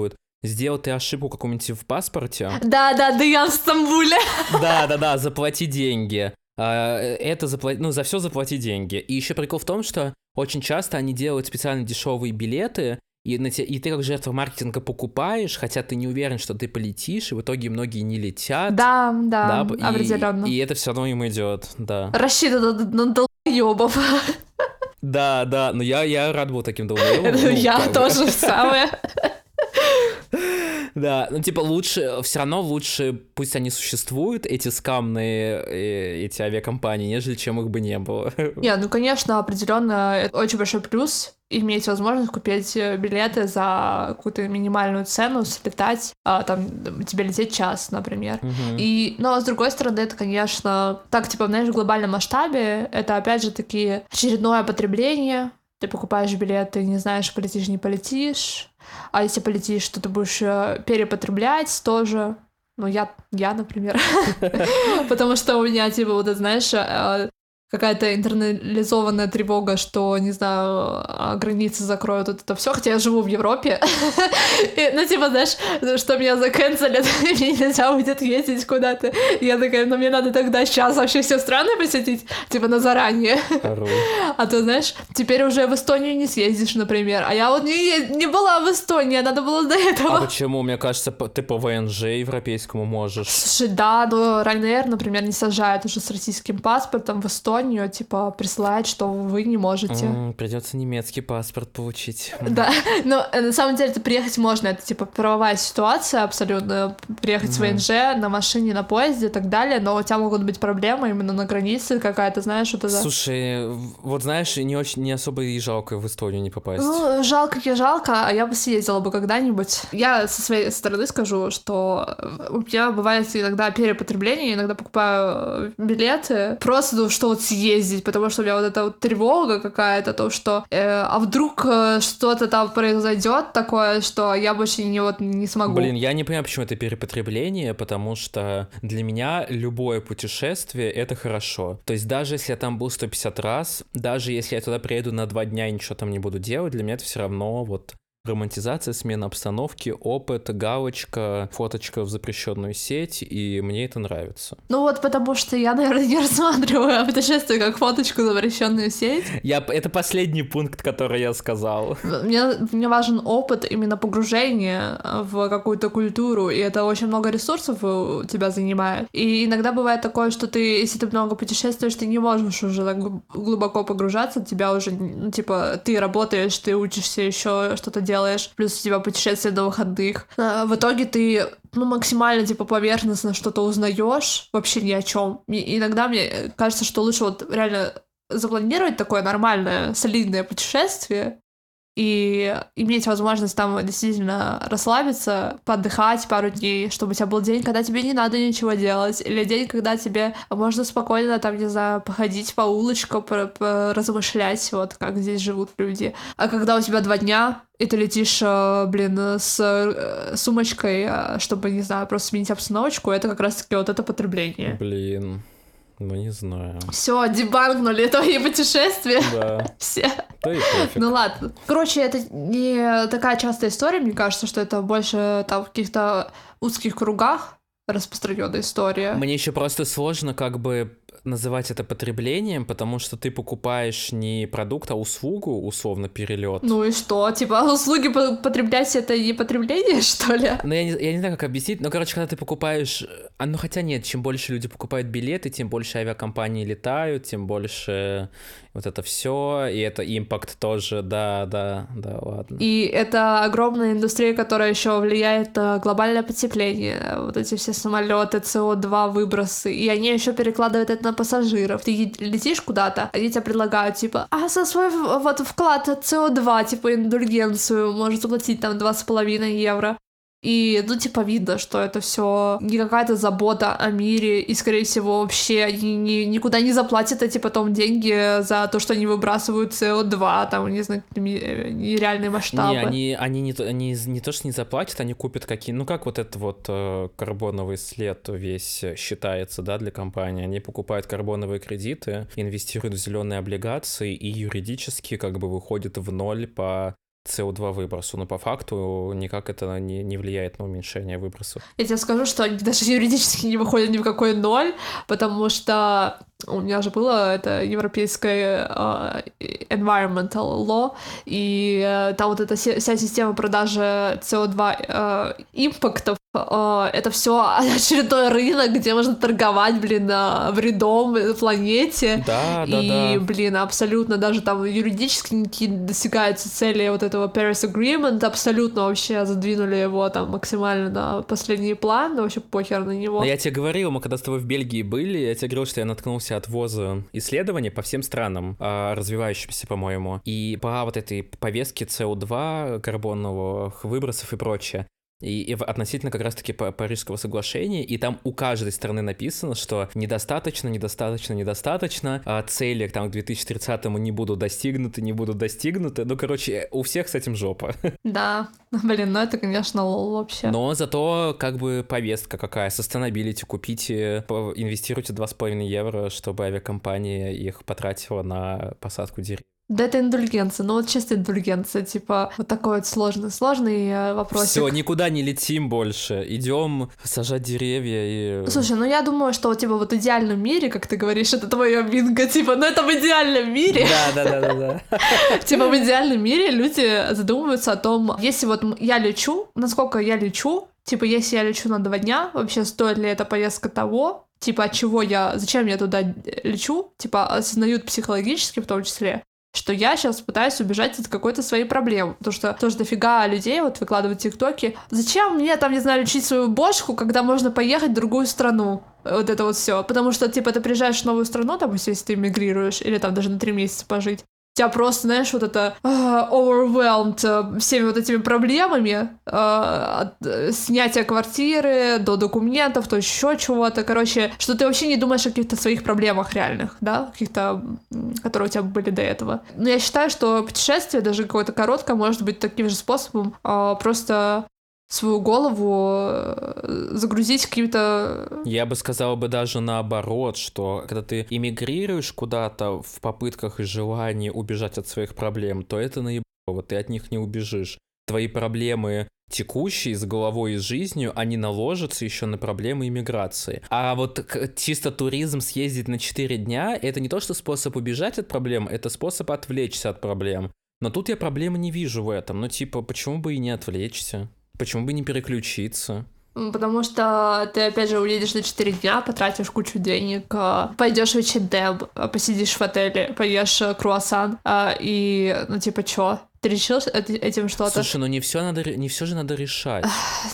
сделал ты ошибку какую-нибудь в паспорте. Да-да, да я в Стамбуле. Да-да-да, заплати деньги. Это заплати, ну, за все заплати деньги. И еще прикол в том, что очень часто они делают специально дешевые билеты, и, на те, и ты как жертва маркетинга покупаешь, хотя ты не уверен, что ты полетишь, и в итоге многие не летят. Да, да, да определенно. И, и это все равно им идет, да. Рассчитано на долбоебов. Да, да, но я, я рад был таким долбоебом. Ну, я тоже самое. Да, ну типа лучше, все равно лучше, пусть они существуют, эти скамные, э, эти авиакомпании, нежели чем их бы не было. Не, ну конечно, определенно это очень большой плюс иметь возможность купить билеты за какую-то минимальную цену, слетать, а, там, тебе лететь час, например. Uh-huh. И, но с другой стороны, это, конечно, так, типа, знаешь, в глобальном масштабе, это, опять же, таки очередное потребление. Ты покупаешь билеты, не знаешь, полетишь, не полетишь. А если полетишь, то ты будешь перепотреблять тоже. Ну, я, я, например. Потому что у меня, типа, вот это, знаешь, какая-то интернализованная тревога, что, не знаю, границы закроют, вот это все, хотя я живу в Европе. И, ну, типа, знаешь, что меня заканцелят, мне нельзя будет ездить куда-то. И я такая, ну, мне надо тогда сейчас вообще все страны посетить, типа, на заранее. А то, знаешь, теперь уже в Эстонию не съездишь, например. А я вот не, не была в Эстонии, надо было до этого. А почему? Мне кажется, ты по ВНЖ европейскому можешь. Слушай, да, но Ryanair, например, не сажает уже с российским паспортом в Эстонию, типа, присылает, что вы не можете. Mm, придется немецкий паспорт получить. Да, но на самом деле это приехать можно, это типа правовая ситуация абсолютно, приехать mm-hmm. с ВНЖ на машине, на поезде и так далее, но у тебя могут быть проблемы именно на границе какая-то, знаешь, вот это... Слушай, вот знаешь, не очень, не особо и жалко в Эстонию не попасть. Ну, жалко и жалко, а я бы съездила бы когда-нибудь. Я со своей стороны скажу, что у меня бывает иногда перепотребление, иногда покупаю билеты, просто, ну, что вот съездить, потому что у меня вот эта вот тревога какая-то, то, что э, а вдруг э, что-то там произойдет такое, что я больше не, вот, не смогу. Блин, я не понимаю, почему это перепотребление, потому что для меня любое путешествие — это хорошо. То есть даже если я там был сто пятьдесят раз, даже если я туда приеду на два дня и ничего там не буду делать, для меня это все равно вот... Романтизация, смена обстановки, опыт, галочка, фоточка в запрещенную сеть, и мне это нравится. Ну вот потому что я, наверное, не рассматриваю путешествие как фоточку в запрещенную сеть. Я, это последний пункт, который я сказал. Мне, мне важен опыт именно погружения в какую-то культуру, и это очень много ресурсов у тебя занимает. И иногда бывает такое, что ты, если ты много путешествуешь, ты не можешь уже так глубоко погружаться, тебя уже, ну, типа, ты работаешь, ты учишься еще что-то делать, делаешь, плюс у тебя путешествие до выходных. А в итоге ты, ну, максимально, типа, поверхностно что-то узнаешь, вообще ни о чем. И иногда мне кажется, что лучше вот реально запланировать такое нормальное, солидное путешествие и иметь возможность там действительно расслабиться, поотдыхать пару дней, чтобы у тебя был день, когда тебе не надо ничего делать, или день, когда тебе можно спокойно, там, не знаю, походить по улочкам, размышлять, вот как здесь живут люди. А когда у тебя два дня, и ты летишь, блин, с сумочкой, чтобы, не знаю, просто сменить обстановочку, это как раз-таки вот это потребление. Блин... Ну, не знаю. Все, дебанкнули твои путешествия. Да. Все. Да и пофиг. Ну ладно. Короче, это не такая частая история, мне кажется, что это больше там в каких-то узких кругах распространенная история. Мне еще просто сложно как бы называть это потреблением, потому что ты покупаешь не продукт, а услугу, условно, перелет. Ну и что? Типа услуги потреблять — это не потребление, что ли? Ну я не, я не знаю, как объяснить, но, короче, когда ты покупаешь... А, ну хотя нет, чем больше люди покупают билеты, тем больше авиакомпании летают, тем больше вот это все, и это импакт тоже, да, да, да, ладно. И это огромная индустрия, которая еще влияет на глобальное потепление, вот эти все самолеты, си о два выбросы, и они еще перекладывают это на пассажиров. Ты летишь куда-то, они тебе предлагают, типа, а за свой вот вклад си о два, типа, индульгенцию может заплатить там два с половиной евро. И, ну, типа, видно, что это все не какая-то забота о мире, и, скорее всего, вообще они ни, никуда не заплатят эти потом деньги за то, что они выбрасывают си о два, там, не знаю, нереальные масштабы. Не, они, они, не, они не то, что не заплатят, они купят какие... Ну, как вот этот вот э, карбоновый след весь считается, да, для компании. Они покупают карбоновые кредиты, инвестируют в зеленые облигации и юридически как бы выходят в ноль по си о два выбросу, но по факту никак это не, не влияет на уменьшение выбросов. Я тебе скажу, что они даже юридически не выходят ни в какой ноль, потому что у меня же было это европейское uh, environmental law, и uh, там вот эта вся система продажи си о два uh, импактов, uh, это все очередной рынок, где можно торговать, блин, вредом планете. Да, да, и, да. блин, абсолютно даже там юридически не достигаются цели вот этого Paris Agreement, абсолютно вообще задвинули его там максимально на последний план, вообще похер на него. Но я тебе говорил, мы когда с тобой в Бельгии были, я тебе говорил, что я наткнулся от ВОЗа исследований по всем странам, развивающимся, по-моему, и по вот этой повестке си о два, карбоновых выбросов и прочее. И, и относительно как раз-таки Парижского соглашения, и там у каждой страны написано, что недостаточно, недостаточно, недостаточно, а цели там к две тысячи тридцатому не будут достигнуты, не будут достигнуты, ну, короче, у всех с этим жопа. Да, блин, ну это, конечно, лол вообще. Но зато как бы повестка какая, sustainability, купите, инвестируйте два с половиной евро, чтобы авиакомпания их потратила на посадку деревьев. Да это индульгенция, ну вот чисто индульгенция, типа вот такой вот сложный, сложный вопросик. Все, никуда не летим больше, идем сажать деревья и... Слушай, ну я думаю, что типа вот в идеальном мире, как ты говоришь, это твое бинго, типа, ну это в идеальном мире. Да, да, да, да, да. Типа в идеальном мире люди задумываются о том, если вот я лечу, насколько я лечу, типа если я лечу на два дня, вообще стоит ли эта поездка того, типа от чего я, зачем я туда лечу, типа осознают психологически в том числе, что я сейчас пытаюсь убежать от какой-то своей проблемы. Потому что тоже дофига людей вот выкладывают тиктоки. Зачем мне там, не знаю, лечить свою бошку, когда можно поехать в другую страну? Вот это вот все. Потому что, типа, ты приезжаешь в новую страну, там, если ты эмигрируешь, или там даже на три месяца пожить, тебя просто, знаешь, вот это uh, overwhelmed uh, всеми вот этими проблемами, uh, от uh, снятия квартиры до документов, то еще чего-то, короче, что ты вообще не думаешь о каких-то своих проблемах реальных, да, каких-то, которые у тебя были до этого. Но я считаю, что путешествие, даже какое-то короткое, может быть таким же способом uh, просто свою голову загрузить каким-то... Я бы сказала бы даже наоборот, что когда ты эмигрируешь куда-то в попытках и желании убежать от своих проблем, то это наебало, ты от них не убежишь. Твои проблемы текущие с головой и с жизнью, они наложатся еще на проблемы иммиграции. А вот чисто туризм съездить на четыре дня, это не то, что способ убежать от проблем, это способ отвлечься от проблем. Но тут я проблемы не вижу в этом. Ну типа, почему бы и не отвлечься? Почему бы не переключиться? Потому что ты, опять же, уедешь на четыре дня, потратишь кучу денег, пойдешь в эйч энд эм, посидишь в отеле, поешь круассан, и, ну, типа, чё? Ты решил этим что-то? Слушай, ну не все надо, не все же надо решать.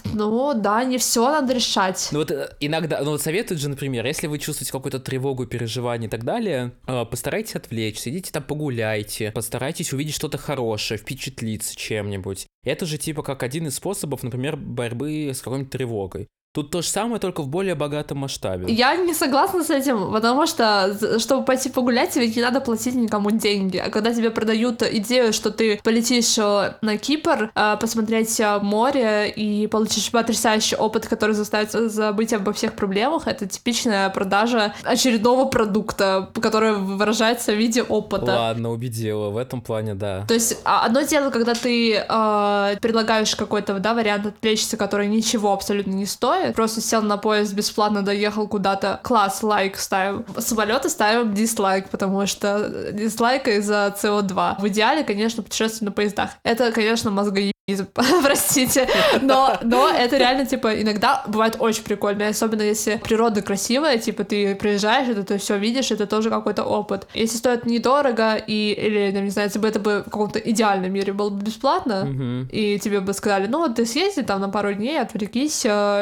Ну да, не все надо решать. Ну вот иногда, ну вот советуют же, например, если вы чувствуете какую-то тревогу, переживание и так далее, постарайтесь отвлечься, идите там погуляйте, постарайтесь увидеть что-то хорошее, впечатлиться чем-нибудь. Это же типа как один из способов, например, борьбы с какой-нибудь тревогой. Тут то же самое, только в более богатом масштабе. Я не согласна с этим, потому что, чтобы пойти погулять, тебе не надо платить никому деньги. А когда тебе продают идею, что ты полетишь на Кипр, посмотреть море и получишь потрясающий опыт, который заставит забыть обо всех проблемах, это типичная продажа очередного продукта, который выражается в виде опыта. Ладно, убедила, в этом плане, да. То есть одно дело, когда ты э, предлагаешь какой-то, да, вариант отвлечься, который ничего абсолютно не стоит, просто сел на поезд, бесплатно доехал куда-то, класс, лайк ставим. Самолеты ставим дизлайк, потому что дизлайк из-за си о два. В идеале, конечно, путешествие на поездах. Это, конечно, мозгоебизм, простите, но, но это реально, типа, иногда бывает очень прикольно, особенно если природа красивая, типа, ты приезжаешь, это ты все видишь, это тоже какой-то опыт. Если стоит недорого, и, или, не знаю, если бы это бы в каком-то идеальном мире было бы бесплатно, mm-hmm. и тебе бы сказали, ну вот ты съезди там на пару дней, отвлекись,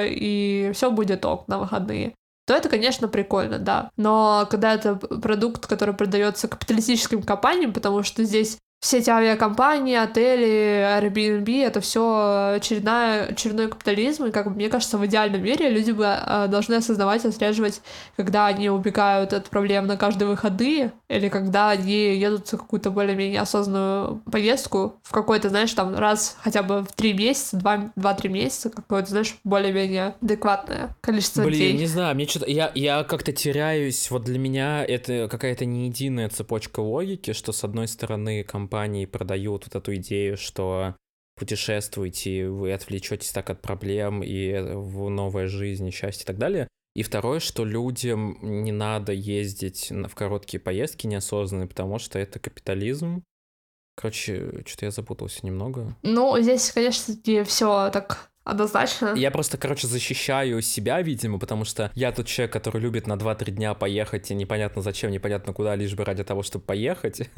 и все будет ок на выходные, то это, конечно, прикольно, да. Но когда это продукт, который продается капиталистическим компаниям, потому что здесь все эти авиакомпании, отели, Airbnb, это все очередная, очередной капитализм, и, как бы, мне кажется, в идеальном мире люди бы а, должны осознавать, отслеживать, когда они убегают от проблем на каждые выходные, или когда они едут в какую-то более-менее осознанную поездку в какой-то, знаешь, там, раз хотя бы в три месяца, два, два-три месяца, какое-то, знаешь, более-менее адекватное количество Блин, дней. не знаю, мне что-то... Я, я как-то теряюсь, вот для меня это какая-то не единая цепочка логики, что, с одной стороны, компания компании продают вот эту идею, что путешествуйте, вы отвлечетесь так от проблем и в новая жизнь, счастье и так далее. И второе, что людям не надо ездить в короткие поездки неосознанные, потому что это капитализм. Короче, что-то я запутался немного. Ну, здесь, конечно, все так однозначно. Я просто, короче, защищаю себя, видимо, потому что я тот человек, который любит на два-три дня поехать, и непонятно зачем, непонятно куда, лишь бы ради того, чтобы поехать.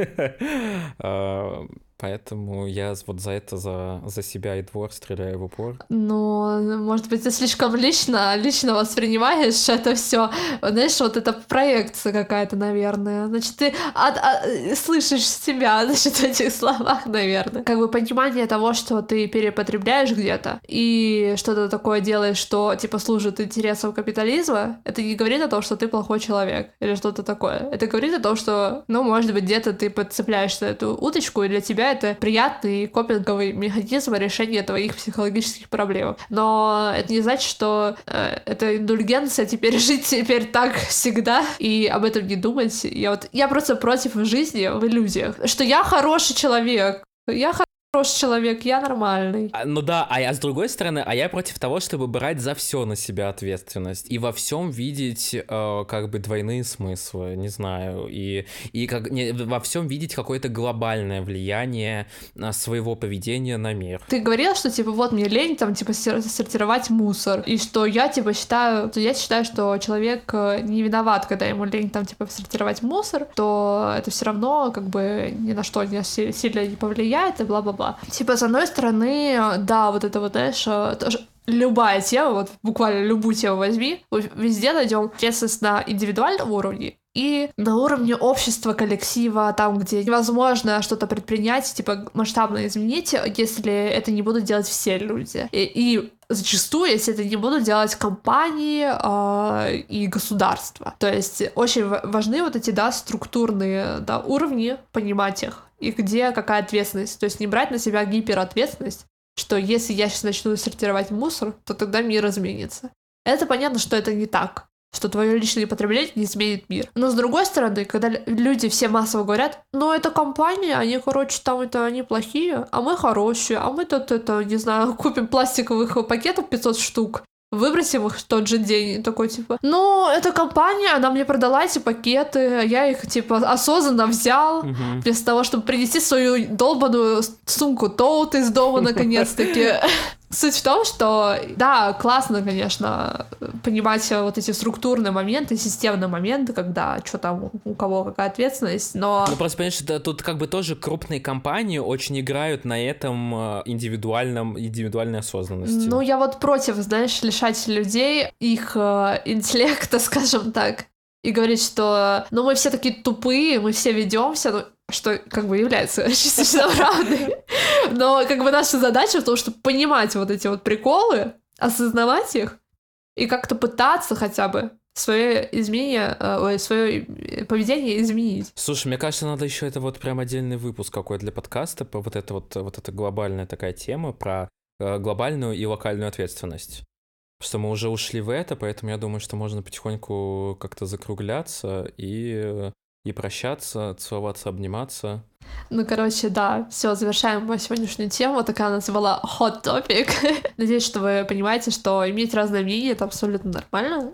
Поэтому я вот за это, за, за себя и двор стреляю в упор. Ну, может быть, ты слишком лично, лично воспринимаешь это все. Знаешь, вот это проекция какая-то, наверное. Значит, ты от, от, слышишь себя, значит, в этих словах, наверное. Как бы понимание того, что ты перепотребляешь где-то и что-то такое делаешь, что, типа, служит интересам капитализма, это не говорит о том, что ты плохой человек или что-то такое. Это говорит о том, что, ну, может быть, где-то ты подцепляешься на эту уточку, и для тебя это приятный копинговый механизм решения твоих психологических проблем. Но это не значит, что э, это индульгенция теперь жить теперь так всегда и об этом не думать. Я вот я просто против жизни в иллюзиях, что я хороший человек, я хороший человек, я нормальный. А, ну да, а, а с другой стороны, а я против того, чтобы брать за все на себя ответственность и во всем видеть э, как бы двойные смыслы, не знаю, и, и как, не, во всем видеть какое-то глобальное влияние э, своего поведения на мир. Ты говорил, что типа вот мне лень там типа сортировать мусор, и что я типа считаю, я считаю, что человек не виноват, когда ему лень там типа сортировать мусор, то это все равно как бы ни на что не сильно не повлияет и бла-бла-бла. Типа, с одной стороны, да, вот это вот, знаешь, тоже любая тема, вот буквально любую тему возьми, везде найдем ответственность на индивидуальном уровне и на уровне общества, коллектива, там, где невозможно что-то предпринять, типа, масштабно изменить, если это не будут делать все люди. И, и зачастую, если это не будут делать компании э, и государства. То есть очень важны вот эти, да, структурные, да, уровни, понимать их, и где какая ответственность. То есть не брать на себя гиперответственность, что если я сейчас начну сортировать мусор, то тогда мир изменится. Это понятно, что это не так, что твое личное потребление не изменит мир. Но с другой стороны, когда люди все массово говорят, ну это компания, они, короче, там это они плохие, а мы хорошие, а мы тут это, не знаю, купим пластиковых пакетов пятьсот штук, выбросим их в тот же день, и такой, типа, ну, эта компания, она мне продала эти пакеты, я их, типа, осознанно взял, угу. Вместо того, чтобы принести свою долбаную сумку тоут из дома, наконец-таки. Суть в том, что, да, классно, конечно, понимать вот эти структурные моменты, системные моменты, когда что там, у кого какая ответственность, но... Ну, просто, понимаешь, да, тут как бы тоже крупные компании очень играют на этом индивидуальном, индивидуальной осознанности. Ну, я вот против, знаешь, лишать людей их э, интеллекта, скажем так, и говорить, что, ну, мы все такие тупые, мы все ведемся, ну, что как бы является частично правдой. Но как бы наша задача в том, чтобы понимать вот эти вот приколы, осознавать их и как-то пытаться хотя бы свое изменение, ой, свое поведение изменить. Слушай, мне кажется, надо еще это вот прям отдельный выпуск какой-то для подкаста, по вот это вот, вот эта глобальная такая тема про глобальную и локальную ответственность. Что мы уже ушли в это, поэтому я думаю, что можно потихоньку как-то закругляться и... и прощаться, целоваться, обниматься. Ну, короче, да, все, завершаем мою сегодняшнюю тему. Такая у нас была hot topic. Надеюсь, что вы понимаете, что иметь разное мнение — это абсолютно нормально,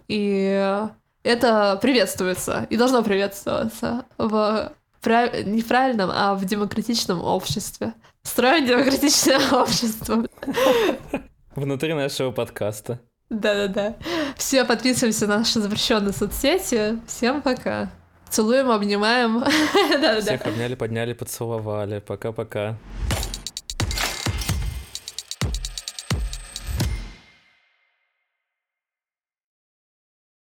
и это приветствуется, и должно приветствоваться в прав... не в правильном, а в демократичном обществе. Строим демократичное общество. Внутри нашего подкаста. Да-да-да. Все, подписываемся на наши запрещенные соцсети. Всем пока. Целуем, обнимаем. Всех обняли, подняли, поцеловали. Пока-пока.